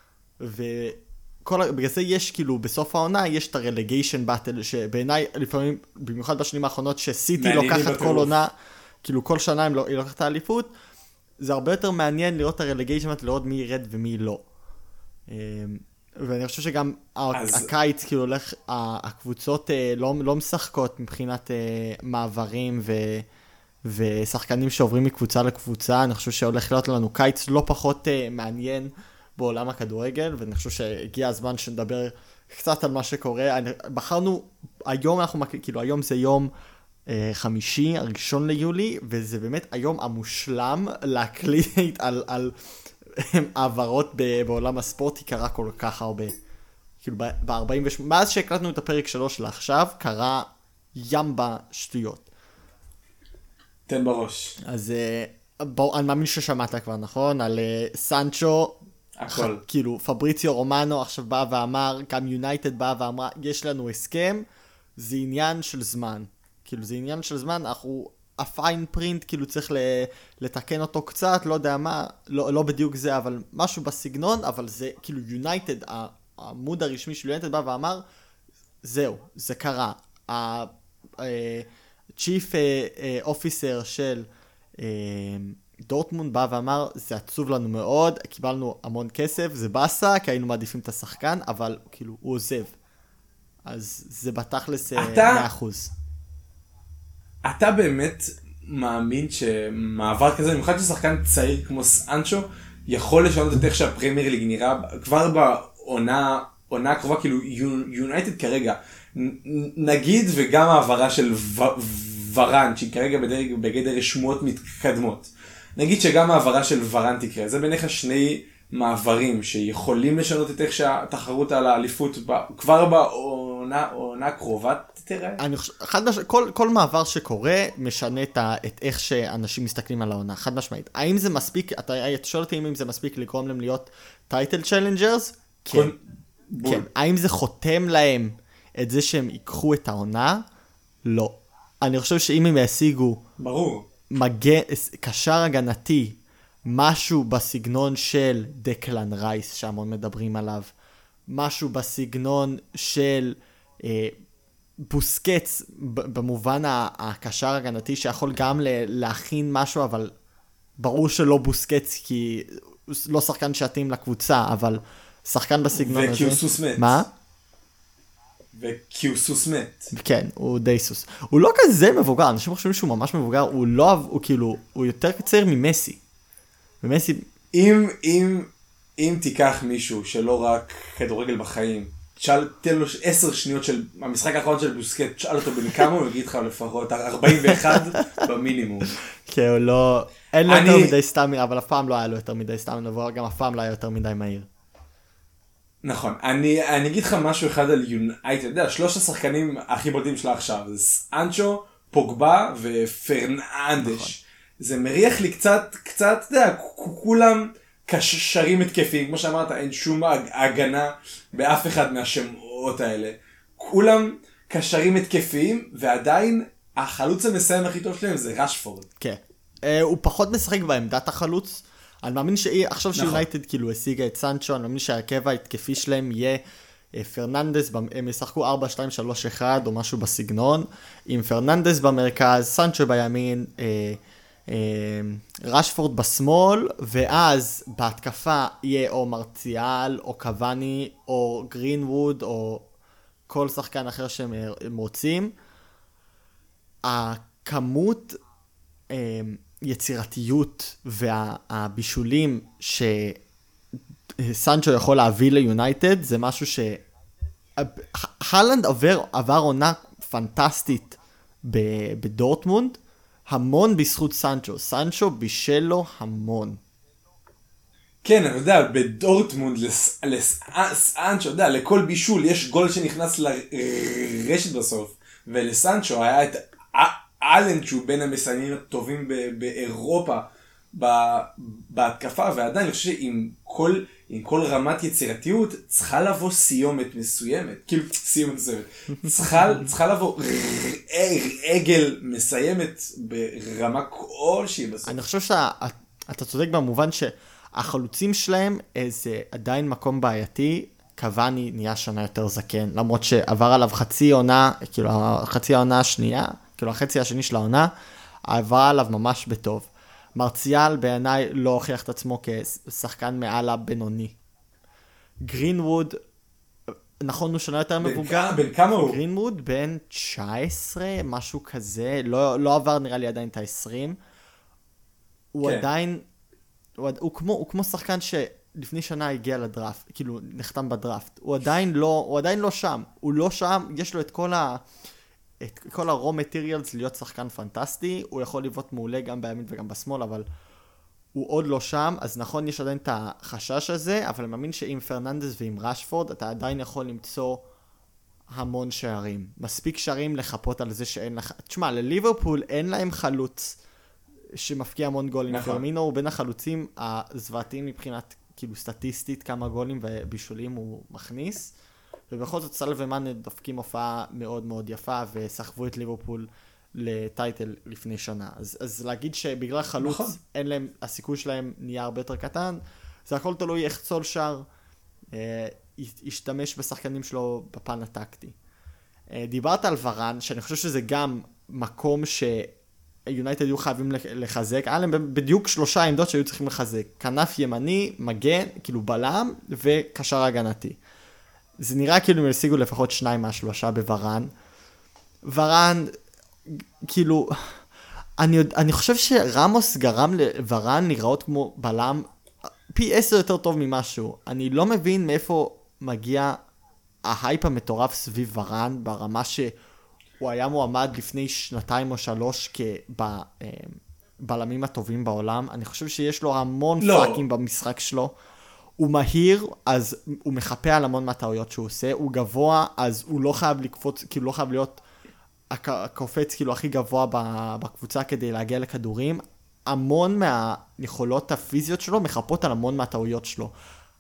וכל, בגלל זה יש, כאילו, בסוף העונה, יש את הרלגיישן באטל, שבעיניי, לפעמים, במיוחד בשנים האחרונות, שסיטי לוקחת כל עונה, כאילו, כל שנה היא לוקחת את האליפות, זה הרבה יותר מעניין לראות את הרלגיישן באטל, לראות מי ירד ומי לא. ואני חושב שגם אז... הקיץ, כאילו הולך, הקבוצות לא, לא משחקות מבחינת מעברים ו, ושחקנים שעוברים מקבוצה לקבוצה. אני חושב שהולך להיות לנו קיץ לא פחות מעניין בעולם הכדורגל, ואני חושב שהגיע הזמן שנדבר קצת על מה שקורה. אני, בחרנו, היום אנחנו, כאילו היום זה יום חמישי, הראשון ליולי, וזה באמת היום המושלם להקליט על... על העברות בעולם הספורט, היא קרה כל כך הרבה. כאילו ב-ארבעים ושמונה, מאז שהקלטנו את הפרק שלוש לעכשיו, קרה ים בשטויות. תן בראש. אז בוא, אני מאמין ששמעת כבר, נכון? על סנצ'ו, הכל. כאילו פבריציו רומנו עכשיו בא ואמר, גם יונייטד בא ואמרה, יש לנו הסכם, זה עניין של זמן. כאילו זה עניין של זמן, אנחנו הפיין פרינט, כאילו צריך לתקן אותו קצת, לא יודע מה, לא, לא בדיוק זה, אבל משהו בסגנון, אבל זה כאילו יונייטד, העמוד הרשמי של יונייטד בא ואמר, זהו, זה קרה. הצ'יף אופיסר של דורטמונד בא ואמר, זה עצוב לנו מאוד, קיבלנו המון כסף, זה בסה, כי היינו מעדיפים את השחקן, אבל כאילו הוא עוזב. אז זה בתכלס מאה אחוז. אתה באמת מאמין שמעבר כזה, במיוחד ששחקן צעיר כמו סאנצ'ו, יכול לשנות את איך שהפרמייר ליג נראה, כבר בעונה עונה הקרובה, כאילו יונייטד כרגע, נגיד וגם העברה של ורן, שהיא כרגע בגדר שמועות מתקדמות, נגיד שגם העברה של ורן תקרה, זה ביניך שני מעברים שיכולים לשנות את איך שהתחרות על האליפות כבר בעונה הקרובה תראה? אני חושב, חד משמעית, כל, כל מעבר שקורה משנה את, את איך שאנשים מסתכלים על העונה, חד משמעית. האם זה מספיק, אתה שואל אותי אם זה מספיק לגרום להם להיות טייטל צ'לנג'רס? כן. כן. האם זה חותם להם את זה שהם ייקחו את העונה? לא. אני חושב שאם הם ישיגו ברור. מגן, קשר הגנתי, משהו בסגנון של דקלן רייס, שהמון מדברים עליו, משהו בסגנון של אה, בוסקץ, במובן הקשר הגנתי, שיכול גם להכין משהו, אבל ברור שלא בוסקץ, כי לא שחקן שעתים לקבוצה, אבל שחקן בסגנון הזה. וקיוסוס מת. מה? וקיוסוס מת. כן, הוא די סוס. הוא לא כזה מבוגר, אנשים חושבים שהוא ממש מבוגר, הוא לא, הוא כאילו, הוא יותר קצר ממסי. ומסי... אם, אם, אם תיקח מישהו שלא רק כדורגל בחיים, תשאל, תן לו עשר שניות של המשחק האחרון של בוסקט, תשאל אותו בן כמה, הוא יגיד לך לפחות ארבעים ואחת במינימום. כן, הוא לא... אין לו יותר מדי סטאמינה, אבל אף פעם לא היה לו יותר מדי סטאמינה, וגם אף פעם לא היה יותר מדי מהיר. נכון, אני, אני אגיד לך משהו אחד על יונייטד, אתה יודע, שלוש השחקנים הכי בולטים שלה עכשיו, זה סאנצ'ו, פוגבה ופרננדש. נכון. זה מריח לי קצת, קצת, אתה יודע, כולם קשרים התקפים, כמו שאמרת, אין שום הגנה באף אחד מהשמות האלה. כולם קשרים התקפים, ועדיין החלוץ המסיים הכי טוב שלהם זה רשפורד. כן, הוא פחות משחק בעמדת החלוץ, אני מאמין שעכשיו שיונייטד כאילו השיגה את סנצ'ו, אני מאמין שהרכב ההתקפי שלהם יהיה פרננדס, הם ישחקו ארבע שתיים שלוש אחת או משהו בסגנון, עם פרננדס במרכז, סנצ'ו בימין, רשפורד בשמאל, ואז בהתקפה יהיה או מרציאל, או קוואני, או גרינווד, או כל שחקן אחר שהם רוצים. הכמות יצירתיות והבישולים שסנצ'ו יכול להביא ליונייטד, זה משהו ש... הלנד עבר, עבר עונה פנטסטית בדורטמונד, המון בזכות סנצ'ו. סנצ'ו בישל לו המון. כן, אני יודע, בדורטמונד, לסנצ'ו, יודע, לכל בישול יש גול שנכנס לרשת בסוף, ולסנצ'ו היה את אלן, שהוא בין המסיימים הטובים באירופה בהתקפה, ועדיין אני חושב שעם כל, עם כל רמת יצירתיות צריכה לבוא סיומת מסוימת, כאילו סיומת מסוימת, צריכה, צריכה לבוא רגל מסיימת ברמה כלשהי בסוף. אני חושב שאתה צודק במובן שהחלוצים שלהם זה עדיין מקום בעייתי, קוואני נהיה שנה יותר זקן, למרות שעבר עליו חצי עונה, כאילו חצי העונה השנייה, כאילו החצי השני של העונה, עבר עליו ממש בטוב. מרציאל בעיניי לא הוכיח את עצמו כשחקן מעל הבינוני. גרינווד, נכון הוא שנה יותר מבוגר. בן כמה הוא? גרינווד בן תשע עשרה, משהו כזה, לא, לא עבר נראה לי עדיין את ה-עשרים. הוא כן. עדיין, הוא, הוא, כמו, הוא כמו שחקן שלפני שנה הגיע לדראפט, כאילו נחתם בדראפט. הוא עדיין לא, הוא עדיין לא שם. הוא לא שם, יש לו את כל ה... את כל ה-raw materials להיות שחקן פנטסטי, הוא יכול לבעוט מעולה גם בימין וגם בשמאל, אבל הוא עוד לא שם, אז נכון יש עדיין את החשש הזה, אבל אני מאמין שעם פרננדס ועם רשפורד, אתה עדיין יכול למצוא המון שערים. מספיק שערים לחפות על זה שאין לך... תשמע, לליברפול אין להם חלוץ שמפקיע המון גולים. נכון. פרמינו הוא בין החלוצים הזוועתיים מבחינת כאילו סטטיסטית, כמה גולים ובישולים הוא מכניס. ובכל זאת סל ומאנה דופקים הופעה מאוד מאוד יפה, וסחבו את ליברפול לטייטל לפני שנה. אז, אז להגיד שבגלל חלוץ נכון. אין להם, הסיכוי שלהם נהיה הרבה יותר קטן, זה הכל תלוי איך סולשר אה, ישתמש בשחקנים שלו בפן הטקטי. אה, דיברת על ורן, שאני חושב שזה גם מקום שיונייטד היו חייבים לחזק, היה להם בדיוק שלושה עמדות שהיו צריכים לחזק, כנף ימני, מגן, כאילו בלם וקשר הגנתי. זה נראה כאילו הם השיגו לפחות שניים מהשלושה בוורן. ורן, כאילו, אני, אני חושב שרמוס גרם לוורן לראות כמו בלם פי עשר יותר טוב ממשהו. אני לא מבין מאיפה מגיע ההייפ המטורף סביב ורן, ברמה שהוא היה מועמד לפני שנתיים או שלוש כבלמים הטובים בעולם. אני חושב שיש לו המון לא. פאקים במשחק שלו. הוא מהיר, אז הוא מחפה על המון מהטעויות שהוא עושה. הוא גבוה, אז הוא לא חייב לקפוץ, כאילו לא חייב להיות הקופץ כאילו הכי גבוה בקבוצה כדי להגיע לכדורים. המון מהיכולות הפיזיות שלו מחפות על המון מהטעויות שלו.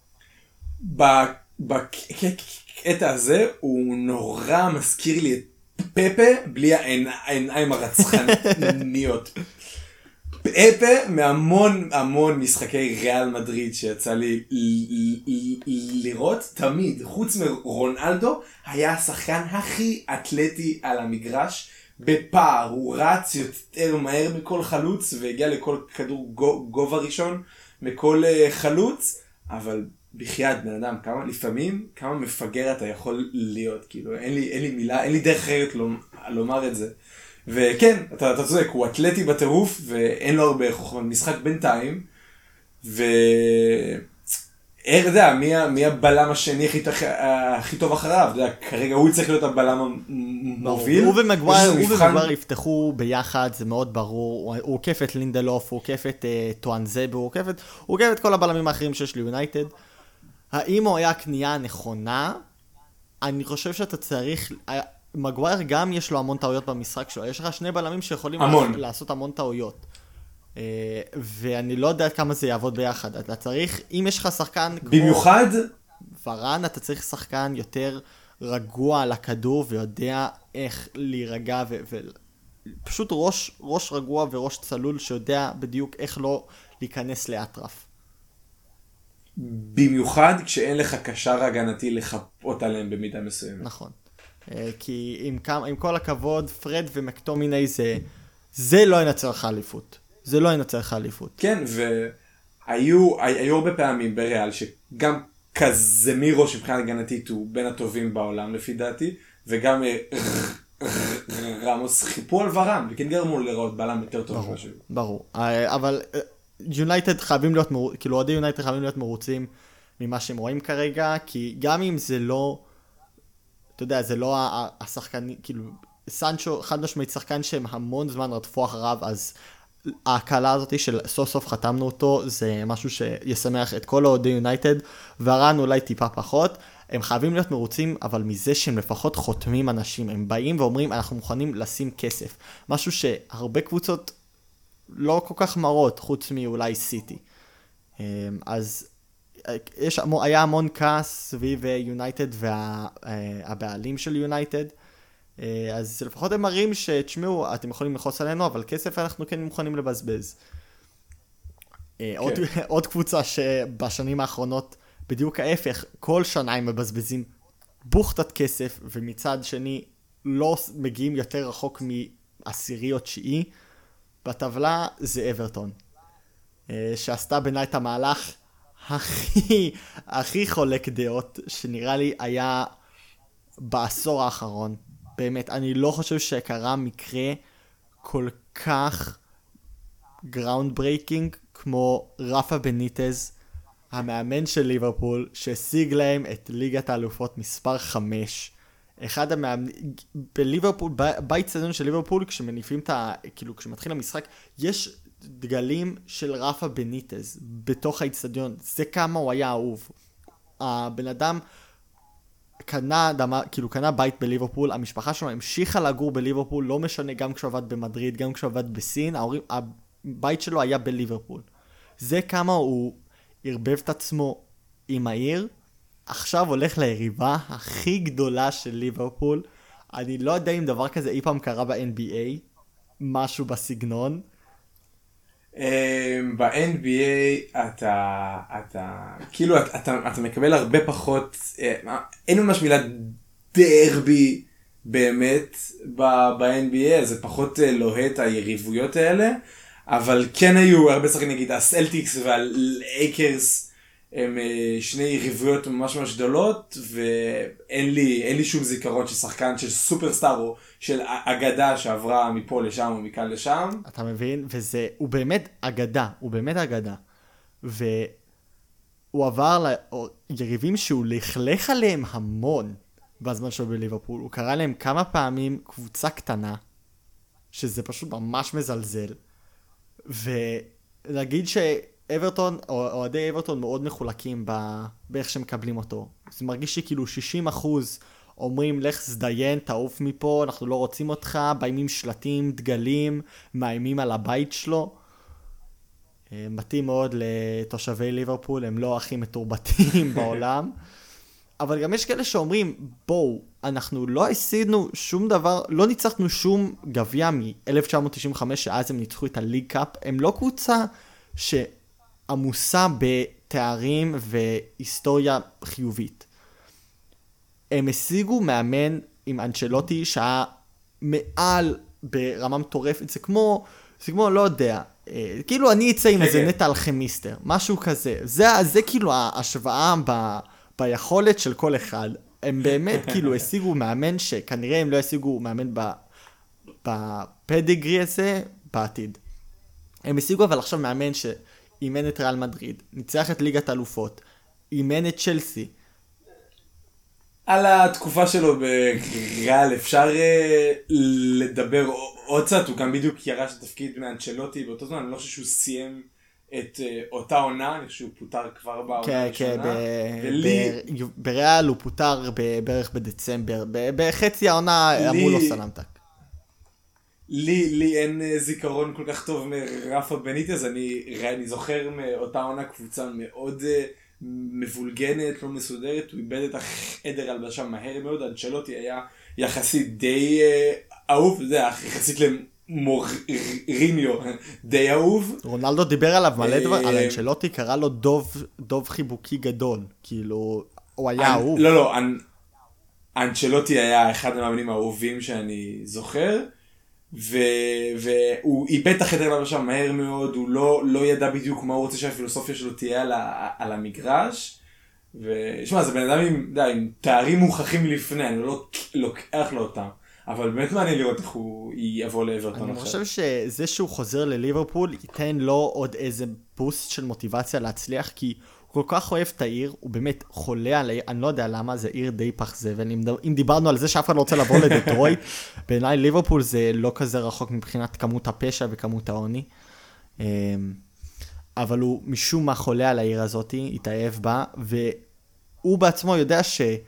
בקטע הזה הוא נורא מזכיר לי את פפה בלי העיניים הרצחניות. פפה מהמון המון משחקי ריאל מדריד שיצא לי לראות, תמיד חוץ מרונלדו היה השחקן הכי אתלטי על המגרש בפער. הוא רץ יותר מהר מכל חלוץ והגיע לכל כדור גובה ראשון מכל חלוץ, אבל בחייאת בן אדם, כמה לפעמים כמה מפגר אתה יכול להיות, כאילו אין לי אין לי מילה, אין לי דרך אחרת לומר את זה. וכן, אתה, אתה צודק, הוא אתלטי בטירוף, ואין לו הרבה חוכמה, משחק בינתיים, ו... איך יודע, מי, מי הבלם השני הכי, הכי טוב אחריו? אתה יודע, כרגע הוא צריך להיות הבלם המוביל. הוא ומגווייר, הוא ומגווייר יפתחו ביחד, זה מאוד ברור, הוא עוקף את לינדלוף, הוא עוקף את uh, טואנזבה, הוא עוקף את, הוא עוקף את כל הבלמים האחרים שיש ליונייטד. האם הוא היה קנייה נכונה? אני חושב שאתה צריך... מגווייר גם יש לו המון טעויות במשחק שלו, יש לך שני בלמים שיכולים המון. לעשות המון טעויות. ואני לא יודע כמה זה יעבוד ביחד. אתה צריך, אם יש לך שחקן... במיוחד? ורן, אתה צריך שחקן יותר רגוע על הכדור, ויודע איך להירגע, ופשוט ראש, ראש רגוע וראש צלול, שיודע בדיוק איך לא להיכנס לאטרף. במיוחד כשאין לך קשר הגנתי לחפות עליהם במידה מסוימת. נכון. כי עם, עם כל הכבוד, פרד ומקטומיני זה, זה לא ינצר לך אליפות. זה לא ינצר לך אליפות. כן, והיו היו הרבה פעמים בריאל, שגם קזמירו שמבחינת הגנתית הוא בין הטובים בעולם לפי דעתי, וגם רמוס חיפו על ורן, וכן גרמו לראות בלם יותר טוב. ברור, ברור. אבל יונייטד חייבים להיות, כאילו עודי יונייטד חייבים להיות מרוצים ממה שהם רואים כרגע, כי גם אם זה לא... אתה יודע, זה לא השחקן, כאילו, סנצ'ו, חד משמעית שחקן שהם המון זמן רדפו אחריו, אז ההקלה הזאת של סוף סוף חתמנו אותו, זה משהו שישמח את כל העודי יונייטד, ורן אולי טיפה פחות. הם חייבים להיות מרוצים, אבל מזה שהם לפחות חותמים אנשים, הם באים ואומרים, אנחנו מוכנים לשים כסף. משהו שהרבה קבוצות לא כל כך מראות, חוץ מאולי סיטי. אז... יש, היה המון כעס סביב יונייטד והבעלים של יונייטד, אז לפחות הם מראים שתשמעו, אתם יכולים לחוס עלינו, אבל כסף אנחנו כן מוכנים לבזבז. כן. עוד, עוד קבוצה שבשנים האחרונות, בדיוק ההפך, כל שנה הם מבזבזים בוכתת כסף, ומצד שני לא מגיעים יותר רחוק מעשירי או תשיעי, בטבלה זה אברטון, שעשתה ביניי את המהלך, הכי, הכי חולק דעות, שנראה לי היה בעשור האחרון. באמת, אני לא חושב שקרה מקרה כל כך גראונד ברייקינג, כמו רפה בניטז, המאמן של ליברפול, שהשיג להם את ליגת האלופות מספר חמש. אחד המאמנים, בליברפול, באיצטדיון של ליברפול, כשמניפים את ה... כאילו, כשמתחיל המשחק, יש... דגלים של רפה בניטז בתוך האיצטדיון. זה כמה הוא היה אהוב. הבן אדם קנה, דמה, כאילו קנה בית בליברפול, המשפחה שלו המשיכה לגור בליברפול, לא משנה, גם כשהוא עבד במדריד, גם כשהוא עבד בסין, ההורים, הבית שלו היה בליברפול. זה כמה הוא הרבב את עצמו עם העיר. עכשיו הולך ליריבה הכי גדולה של ליברפול. אני לא יודע אם דבר כזה אי פעם קרה ב-אן בי איי. משהו בסגנון? ב-אן בי איי אתה, אתה, כאילו אתה, אתה מקבל הרבה פחות, אין ממש מילה דרבי באמת ב-אן בי איי, זה פחות לוהט היריבויות האלה, אבל כן היו הרבה שחקים, נגיד הסלטיקס והלייקרס, הם שני יריבויות ממש ממש גדולות, ואין לי, אין לי שום זיכרון של שחקן של סופרסטאר או של אגדה שעברה מפה לשם או מכאן לשם. אתה מבין? וזה, הוא באמת אגדה, הוא באמת אגדה. והוא עבר ליריבים שהוא לכלך עליהם המון בזמן שלו בליברפול. הוא קרא להם כמה פעמים קבוצה קטנה, שזה פשוט ממש מזלזל. ולהגיד ש... אברטון, או אוהדי אברטון מאוד מחולקים באיך שמקבלים אותו. זה מרגיש שכאילו שישים אחוז אומרים לך זדיין, תעוף מפה, אנחנו לא רוצים אותך, באים עם שלטים, דגלים, מאיימים על הבית שלו. מתאים מאוד לתושבי ליברפול, הם לא הכי מתורבתים בעולם. אבל גם יש כאלה שאומרים, בואו, אנחנו לא עשינו שום דבר, לא ניצחנו שום גביע מ-אלף תשע מאות תשעים וחמש, שאז הם ניצחו את הליג קאפ, הם לא קבוצה ש... עמוסה בתארים והיסטוריה חיובית. הם השיגו מאמן עם אנצ'לוטי שהיה מעל ברמה מטורפת, זה כמו, זה כמו, לא יודע, כאילו אני אצא עם איזה נטע אלכימיסטר, משהו כזה. זה, זה כאילו ההשוואה ב, ביכולת של כל אחד. הם באמת כאילו השיגו מאמן שכנראה הם לא השיגו מאמן ב, בפדיגרי הזה בעתיד. הם השיגו אבל עכשיו מאמן ש... אימן את ריאל מדריד, ניצח את ליגת אלופות, אימן את צ'לסי. על התקופה שלו בריאל אפשר לדבר עוד קצת, הוא גם בדיוק ירש את תפקיד מאנצ'לוטי באותו זמן, אני לא חושב שהוא סיים את אותה עונה, אני חושב שהוא פוטר כבר בעונה הראשונה. כן, כן, בריאל הוא פוטר בערך בדצמבר, בחצי העונה אמרו לו סלמתק. לי, לי אין זיכרון כל כך טוב מרפה בניטז, אני, אני זוכר מאותה עונה קבוצה מאוד מבולגנת, לא מסודרת, הוא איבד את החדר הלבשה מהר מאוד, אנצ'לוטי היה יחסית די אהוב, זה היה יחסית למוריניו, די אהוב. רונלדו דיבר עליו מלא דבר, על אנצ'לוטי קרא לו דוב, דוב חיבוקי גדול, כאילו, הוא היה אהוב. לא, לא, אנצ'לוטי היה אחד המאמנים האהובים שאני זוכר, והוא איבד את החדר הלבשה מהר מאוד, הוא לא, לא ידע בדיוק מה הוא רוצה שהפילוסופיה שלו תהיה על, על המגרש, ושמע, זה בן אדם עם, די, עם תארים מוכחים לפני, אני לא לוקח לו אותם, אבל באמת מעניין לראות איך הוא יבוא לאברטון. אני חושב שזה שהוא חוזר לליברפול ייתן לו עוד איזה בוסט של מוטיבציה להצליח, כי הוא כל כך אוהב את העיר, הוא באמת חולה על העיר, אני לא יודע למה, זה עיר די פח זבל, אם דיברנו על זה שאף אחד לא רוצה לבוא לדטרויט, בעיניי ליברפול זה לא כזה רחוק מבחינת כמות הפשע וכמות העוני, אבל הוא משום מה חולה על העיר הזאת, התאהב בה, והוא בעצמו יודע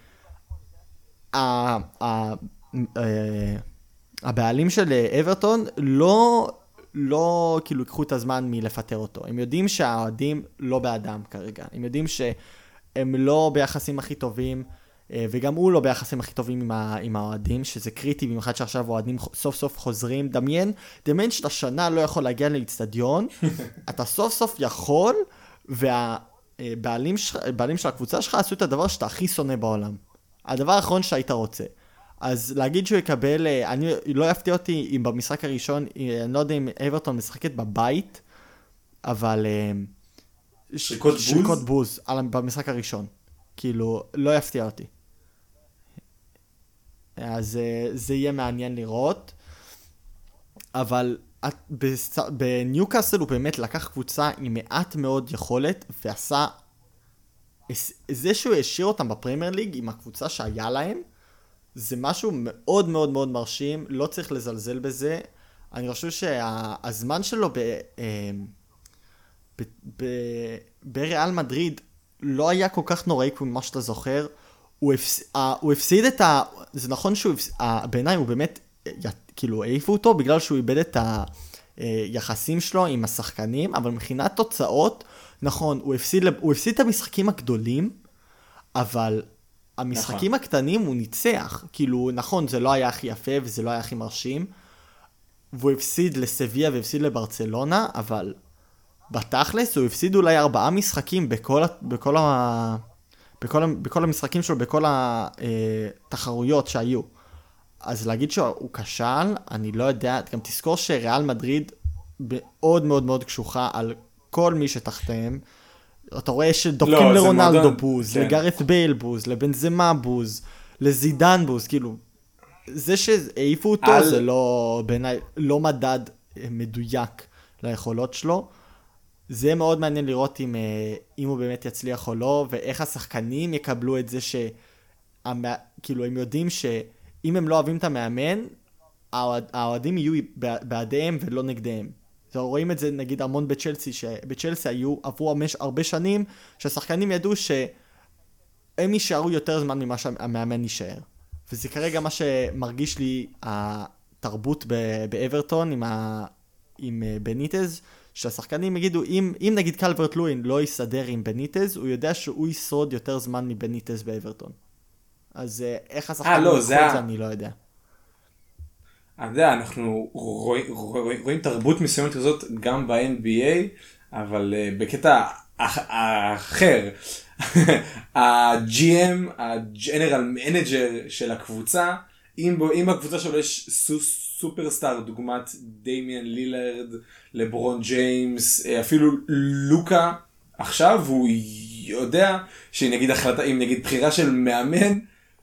שהבעלים של אברטון לא... לא כאילו יקחו את הזמן מלפטר אותו. הם יודעים שהאוהדים לא באדם כרגע. הם יודעים שהם לא ביחסים הכי טובים, וגם הוא לא ביחסים הכי טובים עם, ה- עם האוהדים, שזה קריטי, במיוחד שעכשיו האוהדים סוף סוף חוזרים. דמיין, דמיין שאתה שנה לא יכול להגיע לאצטדיון, אתה סוף סוף יכול, והבעלים ש- בעלים של הקבוצה שלך עשו את הדבר שאתה הכי שונא בעולם. הדבר האחרון שהיית רוצה. אז להגיד שהוא יקבל, אני לא יפתיע אותי אם במשחק הראשון, אני לא יודע אם אברטון משחקת בבית, אבל שריקות בוז? שריקות בוז במשחק הראשון. כאילו, לא יפתיע אותי. אז זה יהיה מעניין לראות. אבל בניוקאסל הוא באמת לקח קבוצה עם מעט מאוד יכולת, ועשה, זה שהוא השאיר אותם בפרמייר ליג עם הקבוצה שהיה להם, זה משהו מאוד מאוד מאוד מרשים, לא צריך לזלזל בזה. אני חושב שהזמן שלו ב, ב, ב, בריאל מדריד לא היה כל כך נוראי כמו מה שאתה זוכר. הוא, הפס, הוא הפסיד את ה... זה נכון שהוא הפסיד, בעיניי הוא באמת, כאילו העיפו אותו בגלל שהוא איבד את היחסים שלו עם השחקנים, אבל מבחינת תוצאות, נכון, הוא הפסיד, הוא הפסיד את המשחקים הגדולים, אבל... המשחקים הקטנים הוא ניצח, כאילו נכון זה לא היה הכי יפה וזה לא היה הכי מרשים, והוא הפסיד לסביה והפסיד לברצלונה, אבל בתכלס הוא הפסיד אולי ארבעה משחקים בכל, בכל, ה, בכל, בכל המשחקים שלו, בכל התחרויות שהיו. אז להגיד שהוא כשל, אני לא יודע, גם תזכור שריאל מדריד מאוד מאוד מאוד קשוחה על כל מי שתחתיהם. אתה רואה שדופקים לא, לרונלדו מודון. בוז, כן. לגארת בייל בוז, לבנזמה בוז, לזידן בוז, כאילו, זה שהעיפו אותו על... זה לא, בעיניי, לא מדד מדויק ליכולות שלו. זה מאוד מעניין לראות אם, אם הוא באמת יצליח או לא, ואיך השחקנים יקבלו את זה שכאילו הם יודעים שאם הם לא אוהבים את המאמן, האוהדים יהיו בעדיהם ולא נגדיהם. רואים את זה נגיד המון בצ'לסי, שבצ'לסי היו, עברו הרבה שנים, שהשחקנים ידעו שהם יישארו יותר זמן ממה שהמאמן יישאר. וזה כרגע מה שמרגיש לי התרבות באברטון עם, ה... עם בניטז, שהשחקנים יגידו, אם, אם נגיד קלברט לואין לא יסדר עם בניטז, הוא יודע שהוא ישרוד יותר זמן מבניטז באברטון. אז איך השחקנים לא, יקחו זה... את זה, אני לא יודע. אני יודע, אנחנו רואים, רואים, רואים תרבות מסוימת כזאת גם ב-אן בי איי, אבל uh, בקטע אחר, ה-ג'י אם, ה-General Manager של הקבוצה, אם, אם בקבוצה שלו יש סופרסטאר, דוגמת דמיאן לילארד, לברון ג'יימס, אפילו לוקה, עכשיו הוא יודע שנגיד החלטה, אם נגיד בחירה של מאמן,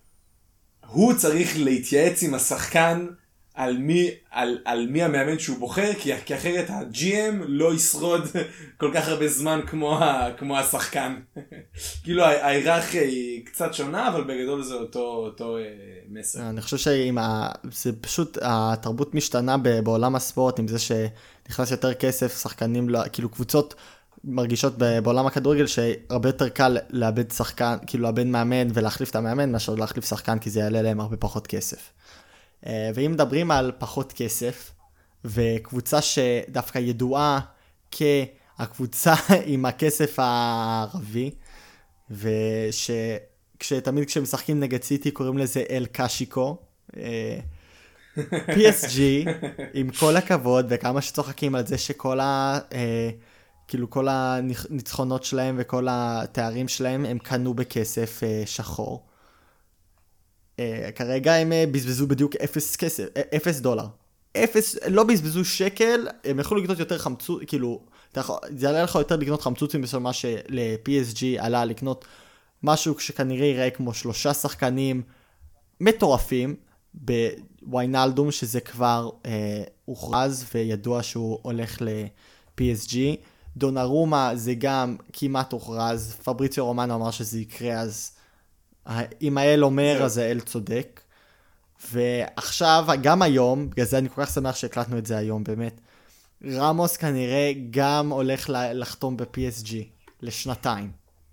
הוא צריך להתייעץ עם השחקן, על מי, על, על מי המאמן שהוא בוחר, כי, כי אחרת ה-ג'י אם לא ישרוד כל כך הרבה זמן כמו, ה, כמו השחקן. כאילו ההיררכיה היא קצת שונה, אבל בגדול זה אותו, אותו אה, מסר. אני חושב שזה פשוט, התרבות משתנה בעולם הספורט, עם זה שנכנס יותר כסף, שחקנים, כאילו קבוצות מרגישות בעולם הכדורגל, שהרבה יותר קל לאבד שחקן, כאילו לאבד מאמן ולהחליף את המאמן, מאשר להחליף שחקן, כי זה יעלה להם הרבה פחות כסף. ואם מדברים על פחות כסף, וקבוצה שדווקא ידועה כהקבוצה עם הכסף הערבי, ושתמיד כשמשחקים נגד סיטי קוראים לזה אל קשיקו, פי אס ג'י, עם כל הכבוד, וכמה שצוחקים על זה שכל ה... כאילו כל הניצחונות שלהם וכל התארים שלהם הם קנו בכסף שחור. Uh, כרגע הם uh, בזבזו בדיוק אפס כסף, אפס דולר. אפס, לא בזבזו שקל, הם יכולו לקנות יותר חמצות, כאילו, זה עלה לך יותר לקנות חמצוצים בשביל מה של-פי אס ג'י עלה לקנות משהו שכנראה יראה כמו שלושה שחקנים מטורפים, בוויינלדום שזה כבר uh, הוכרז וידוע שהוא הולך ל-פי אס ג'י. דונרומה זה גם כמעט הוכרז, פבריציו רומנו אמר שזה יקרה, אז אם האל אומר, אז האל צודק. ועכשיו, גם היום, בגלל זה אני כל כך שמח שהקלטנו את זה היום, באמת, רמוס כנראה גם הולך לחתום ב-פי אס ג'י, לשנתיים.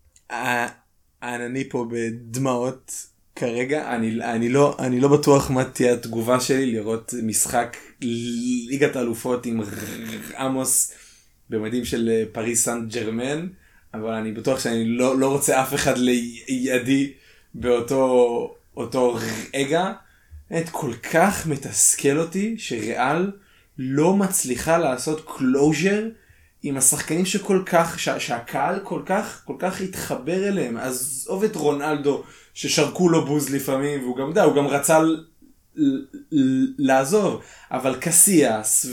אני פה בדמעות כרגע, אני, אני, לא, אני לא בטוח מה תהיה התגובה שלי לראות משחק ליגת האלופות עם רמוס במדים של פריס סן ג'רמן, אבל אני בטוח שאני לא, לא רוצה אף אחד לידי באותו אותו רגע. את כל כך מתסכל אותי שריאל לא מצליחה לעשות קלוז'ר עם השחקנים שכל כך, שה, שהקהל כל כך, כל כך התחבר אליהם. אז עובד רונלדו ששרקו לו בוז לפעמים, והוא גם, דה, הוא גם רצה ל, ל, לעזוב, אבל קסיאס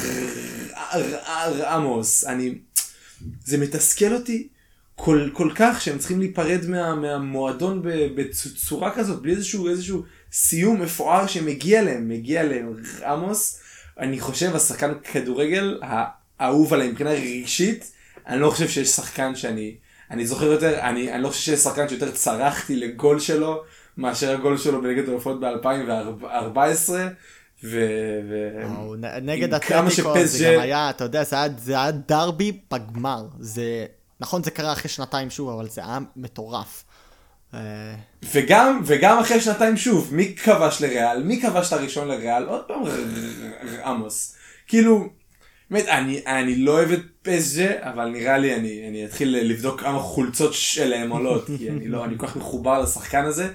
ורמוס, אני, זה מתסכל אותי כל, כל כך שהם צריכים להיפרד מה, מהמועדון בצורה כזאת, בלי איזשהו, איזשהו סיום מפואר שמגיע להם, מגיע להם רמוס. אני חושב השחקן כדורגל האהוב עליהם מבחינה רגשית, אני לא חושב שיש שחקן שאני, אני זוכר יותר, אני, אני לא חושב שיש שחקן שיותר צרחתי לגול שלו, מאשר הגול שלו בליגת האלופות ב-אלפיים וארבע עשרה, ו... נגד אתלטיקו זה גם היה, אתה יודע, זה היה דרבי בגמר, זה... נכון, זה קרה אחרי שנתיים שוב, אבל זה היה מטורף. וגם, וגם אחרי שנתיים שוב, מי כבש לריאל? מי כבש את הראשון לריאל? עוד פעם רמוס. כאילו, באמת, אני, אני לא אוהב את פי אס ג'י, אבל נראה לי, אני, אני אתחיל לבדוק כמה חולצות שלהם עולות, כי אני לא, אני כל כך מחובר לשחקן הזה.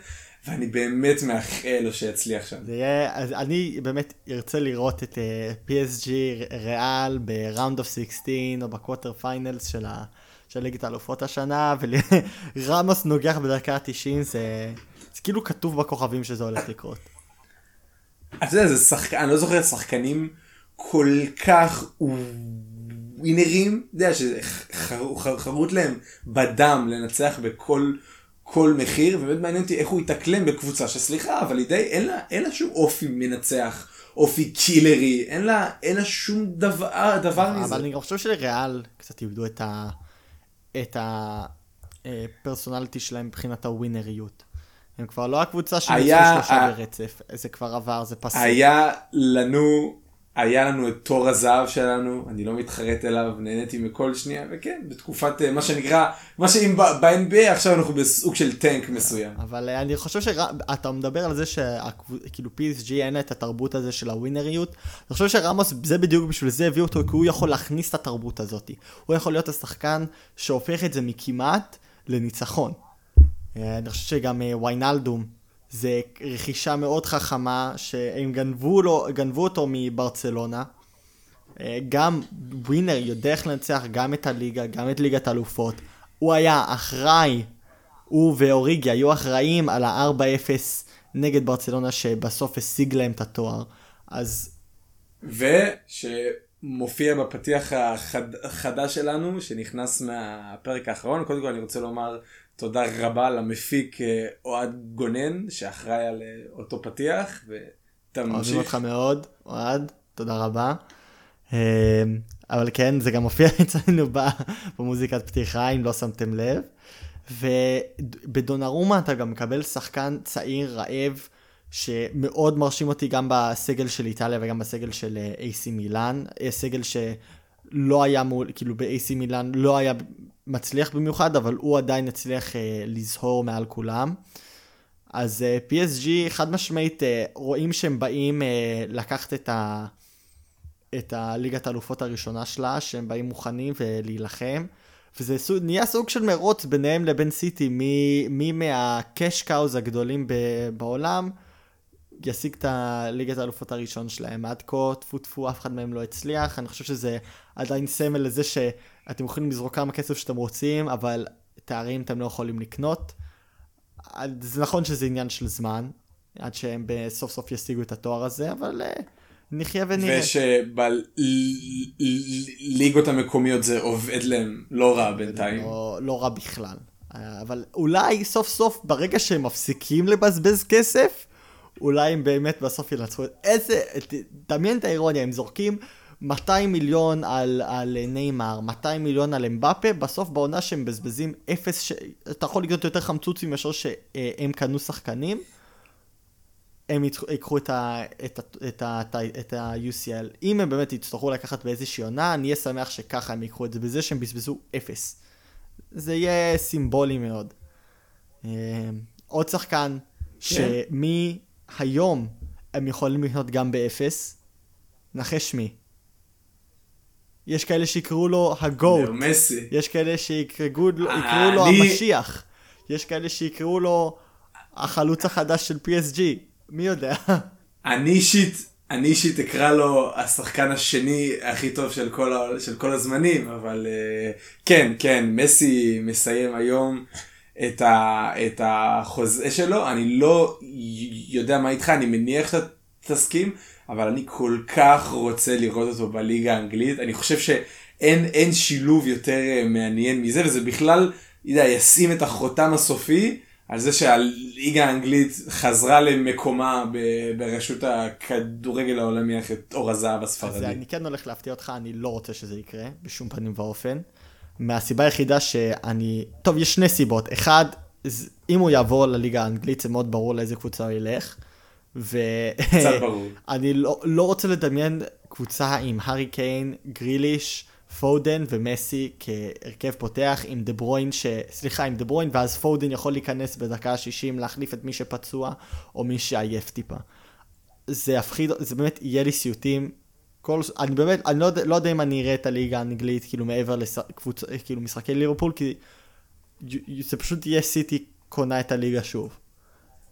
ואני באמת מאחל לו שיצליח שם. זה יהיה, אז אני באמת ארצה לראות את פי אס ג'י ריאל בראונד אוף שישה עשר או בקווטר פיינלס של ה... של ליגת האלופות השנה, ורמוס נוגח בדקה ה-תשעים, זה, זה כאילו כתוב בכוכבים שזה הולך לקרות. אתה יודע, זה שחק... אני לא זוכר שחקנים כל כך ווינרים, אתה יודע, שחרוט להם בדם לנצח בכל כל מחיר, ובאמת מעניין אותי איך הוא יתאקלם בקבוצה שסליחה, אבל היא די, אין לה, אין לה שום אופי מנצח, אופי קילרי, אין לה, אין לה שום דבר, דבר מזה. אבל אני חושב שלריאל קצת איבדו את ה... את הפרסונליטי שלהם מבחינת הווינריות. הם כבר לא הקבוצה שניצחו שלושה ברצף, זה כבר עבר, זה פסק. היה לנו, היה לנו את תור הזהב שלנו, אני לא מתחרט אליו, נהניתי מכל שנייה, וכן, בתקופת מה שנקרא, מה שאם ב-אן בי איי עכשיו אנחנו בסוג של טנק מסוים. אבל אני חושב שאתה מדבר על זה שכאילו פי אס ג'י אין את התרבות הזה של הווינריות, אני חושב שרמוס זה בדיוק בשביל זה הביא אותו, כי הוא יכול להכניס את התרבות הזאת. הוא יכול להיות השחקן שהופך את זה מכמעט לניצחון. אני חושב שגם ויינלדום, זה רכישה מאוד חכמה, שהם גנבו, לו, גנבו אותו מברצלונה. גם ווינר יודע איך לנצח גם את הליגה, גם את ליגת האלופות. הוא היה אחראי, הוא ואוריגי היו אחראים על ה-ארבע אפס נגד ברצלונה, שבסוף השיג להם את התואר. אז... ושמופיע בפתיח החדש שלנו, שנכנס מהפרק האחרון. קודם כל אני רוצה לומר... תודה רבה למפיק אוהד גונן, שאחראי על אותו פתיח, ותמשיך. אוהבים אותך מאוד, אוהד, תודה רבה. אבל כן, זה גם מופיע אצלנו במוזיקת פתיחה, אם לא שמתם לב. ובדונרומה אתה גם מקבל שחקן צעיר, רעב, שמאוד מרשים אותי גם בסגל של איטליה וגם בסגל של איי סי מילאן. סגל שלא היה מול, כאילו ב-איי סי מילאן לא היה... מצליח במיוחד, אבל הוא עדיין הצליח אה, לזהור מעל כולם. אז אה, פי אס ג'י חד משמעית אה, רואים שהם באים אה, לקחת את, ה, את הליגת האלופות הראשונה שלה, שהם באים מוכנים ולהילחם, וזה סוג, נהיה סוג של מרוץ ביניהם לבין סיטי, מי, מי מהקש קאוז הגדולים ב, בעולם ישיג את הליגת האלופות הראשון שלהם. עד כה טפו טפו אף אחד מהם לא הצליח. אני חושב שזה עדיין סמל לזה שאתם יכולים לזרוק כמה כסף שאתם רוצים, אבל תארים אתם לא יכולים לקנות. זה נכון שזה עניין של זמן, עד שהם בסוף סוף ישיגו את התואר הזה, אבל נחיה ונראה. ושבליגות המקומיות זה עובד להם לא רע בינתיים. לא, לא רע בכלל. אבל אולי סוף סוף ברגע שהם מפסיקים לבזבז כסף, אולי הם באמת בסוף ינצחו. איזה, דמיין את האירוניה, הם זורקים מאתיים מיליון על, על ניימר, מאתיים מיליון על אמבפה, בסוף בעונה שהם בזבזים אפס, ש... אתה יכול לקנות יותר חמצוצים מאשר שהם קנו שחקנים, הם יקחו את ה, את ה, את ה, את ה, את ה-יו סי אל. אם הם באמת יצטרכו לקחת באיזושהי עונה, אני אהיה שמח שככה הם יקחו את זה, בזה שהם בזבזו אפס. זה יהיה סימבולי מאוד. עוד שחקן, שמי היום הם יכולים לקנות גם באפס, נחש מי. יש כאלה שיקראו לו הגוט. יש כאלה שיקראו לו המשיח. יש כאלה שיקראו לו החלוץ החדש של פי אס ג'י. מי יודע? אני אישית, אני אישית אקרא לו השחקן השני הכי טוב של כל, של כל הזמנים, אבל כן, כן, מסי מסיים היום את, ה, את החוזה שלו. אני לא יודע מה איתך, אני מניח שאתה תסכים, אבל אני כל כך רוצה לראות אותו בליגה האנגלית. אני חושב שאין אין שילוב יותר מעניין מזה, וזה בכלל, יודע, ישים את החותם הסופי על זה שהליגה האנגלית חזרה למקומה ברשות הכדורגל העולמי אחרי אור הזהב הספרדי. אז אני כן הולך להפתיע אותך, אני לא רוצה שזה יקרה בשום פנים ואופן. מהסיבה היחידה שאני... טוב, יש שני סיבות. אחד, אם הוא יעבור לליגה האנגלית, זה מאוד ברור לאיזה קבוצה הוא ילך. ו... קצת ברור. אני לא, לא רוצה לדמיין קבוצה עם הארי קיין, גריליש, פודן ומסי כהרכב פותח עם דה ברוין, ש... סליחה, עם דה ברוין, ואז פודן יכול להיכנס בדקה ה-שישים, להחליף את מי שפצוע, או מי שעייף טיפה. זה הפחיד, זה באמת יהיה לי סיוטים. כל... אני באמת, אני לא, לא יודע אם אני אראה את הליגה האנגלית, כאילו מעבר לקבוצה, כאילו משחקי ליברפול, כי זה פשוט יהיה סיטי קונה את הליגה שוב.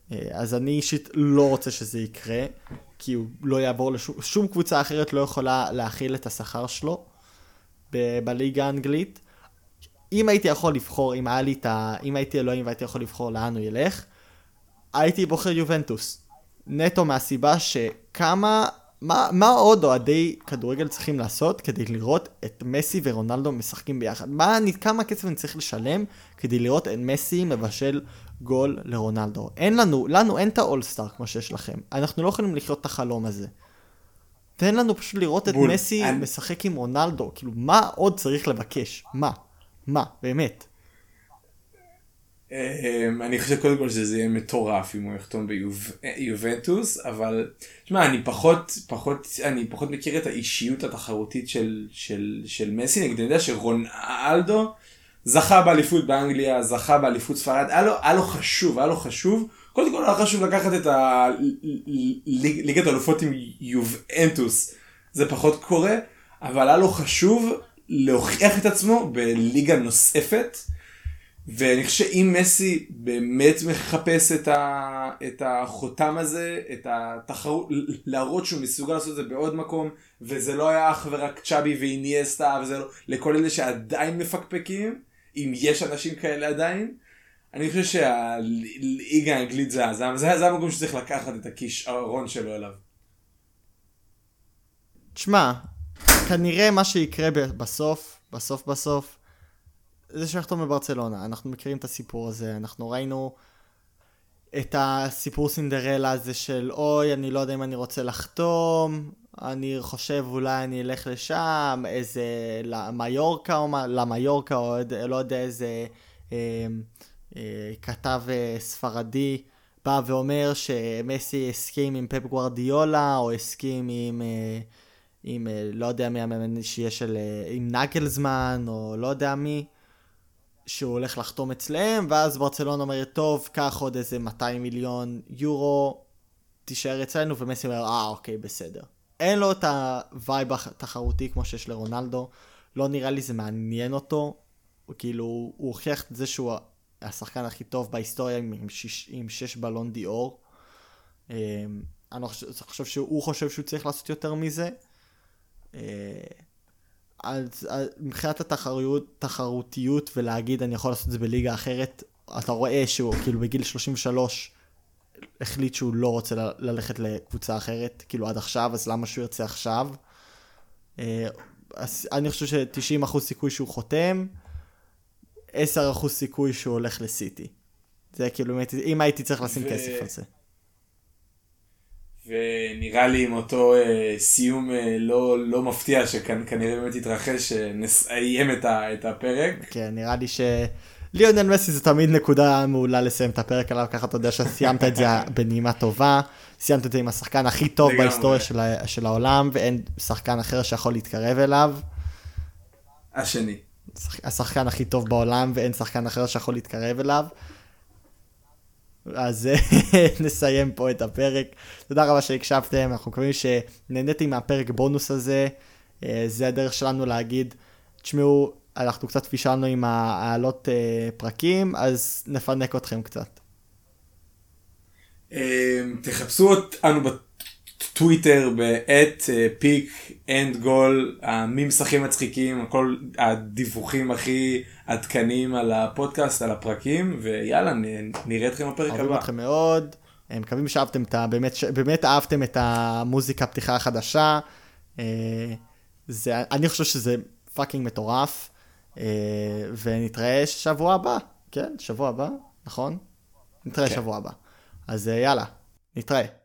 אז אני אישית לא רוצה שזה יקרה, כי הוא לא יעבור לשום, שום קבוצה אחרת לא יכולה להכיל את השכר שלו ב- בליגה האנגלית. אם הייתי יכול לבחור, אם היה לי את ה... אם הייתי אלוהים והייתי יכול לבחור לאן הוא ילך, הייתי בוחר יובנטוס. נטו מהסיבה שכמה... מה, מה עוד אוהדי כדורגל צריכים לעשות כדי לראות את מסי ורונלדו משחקים ביחד? מה, כמה כסף אני צריך לשלם כדי לראות את מסי מבשל גול לרונלדו? אין לנו, לנו אין את האולסטאר כמו שיש לכם. אנחנו לא יכולים לחיות את החלום הזה. תן לנו פשוט לראות את בול, מסי אני... משחק עם רונלדו. כאילו, מה עוד צריך לבקש? מה? מה? באמת. אני חושב קודם כל שזה יהיה מטורף אם הוא יחתום ביובנטוס, אבל תשמע, אני פחות פחות אני פחות מכיר את האישיות התחרותית של של של מסי. נגיד, אני יודע שרונלדו זכה באליפות באנגליה, זכה באליפות ספרד, היה לו היה לו חשוב, היה לו חשוב קודם כל היה חשוב לקחת את הליגת האלופות עם יובנטוס, זה פחות קורה, אבל היה לו חשוב להוכיח את עצמו בליגה נוספת. ואני חושב שאם מסי באמת מחפש את, ה, את החותם הזה, את התחרות, להראות שהוא מסוגל לעשות את זה בעוד מקום, וזה לא היה אך ורק צ'אבי ואיניאסטה, וזה לא, לכל אלה שעדיין מפקפקים, אם יש אנשים כאלה עדיין, אני חושב שהליגה האנגלית זה, זה, זה, זה המקום שצריך לקחת את הכישרון שלו אליו. תשמע, כנראה מה שיקרה בסוף, בסוף בסוף, זה שיחתום בברצלונה. אנחנו מכירים את הסיפור הזה, אנחנו ראינו את הסיפור סינדרלה הזה של אוי, אני לא יודע אם אני רוצה לחתום, אני חושב אולי אני אלך לשם, איזה למיורקה או מה, למיורקה או לא יודע איזה אה, אה, כתב אה, ספרדי בא ואומר שמסי הסכים עם פפ גוארדיולה או הסכים עם... אה, עם לא יודע מי המאמן שיש של... עם נגלזמן או לא יודע מי, שהוא הולך לחתום אצלם, ואז ברצלונה אומרת, טוב, קח עוד איזה מאתיים מיליון יורו, תישאר אצלנו, ומסי אומר, אה, אוקיי, בסדר. אין לו את הווייב התחרותי כמו שיש לרונלדו, לא נראה לי זה מעניין אותו, הוא כאילו, הוא הוכיח את זה שהוא השחקן הכי טוב בהיסטוריה עם, שיש, עם שש בלון דיאור. אני חושב שהוא חושב שהוא צריך לעשות יותר מזה. אז מבחינת התחרותיות, תחרותיות ולהגיד אני יכול לעשות את זה בליגה אחרת, אתה רואה שהוא כאילו בגיל שלושים ושלוש החליט שהוא לא רוצה ל- ללכת לקבוצה אחרת, כאילו עד עכשיו, אז למה שהוא ירצה עכשיו? אז אני חושב ש-תשעים אחוז סיכוי שהוא חותם, עשרה אחוז סיכוי שהוא הולך לסיטי. זה כאילו, אם הייתי צריך לשים ו... כסף על זה. ונראה לי עם אותו אה, סיום אה, לא, לא מפתיע שכאן כנראה באמת יתרחש, נסיים את, ה, את הפרק. כן, נראה לי שליונל מסי זה תמיד נקודה מעולה לסיים את הפרק עליו, ככה אתה יודע שסיימת את זה בנעימה טובה, סיימת את זה עם השחקן הכי טוב בהיסטוריה של, ה, של העולם, ואין שחקן אחר שיכול להתקרב אליו. השני. השחקן הכי טוב בעולם, ואין שחקן אחר שיכול להתקרב אליו. אז נסיים פה את הפרק. תודה רבה שהקשבתם, אנחנו מקווים שנהניתם מהפרק בונוס הזה. זה הדרך שלנו להגיד, תשמעו, אנחנו קצת פישלנו עם העלות פרקים, אז נפנק אתכם קצת. תחפשו אותנו בטוויטר ב-את פיק אנד גול, הממסכים מצחיקים, כל הדיווחים הכי עדכניים על הפודקאסט, על הפרקים, ויאללה, נראה אתכם בפרק הבא. אוהבים אתכם מאוד, מקווים שאהבתם את ה... באמת, באמת אהבתם את המוזיקה הפתיחה החדשה, זה, אני חושב שזה פאקינג מטורף, ונתראה שבוע הבא, כן, שבוע הבא, נכון? נתראה שבוע הבא. אז יאללה, נתראה.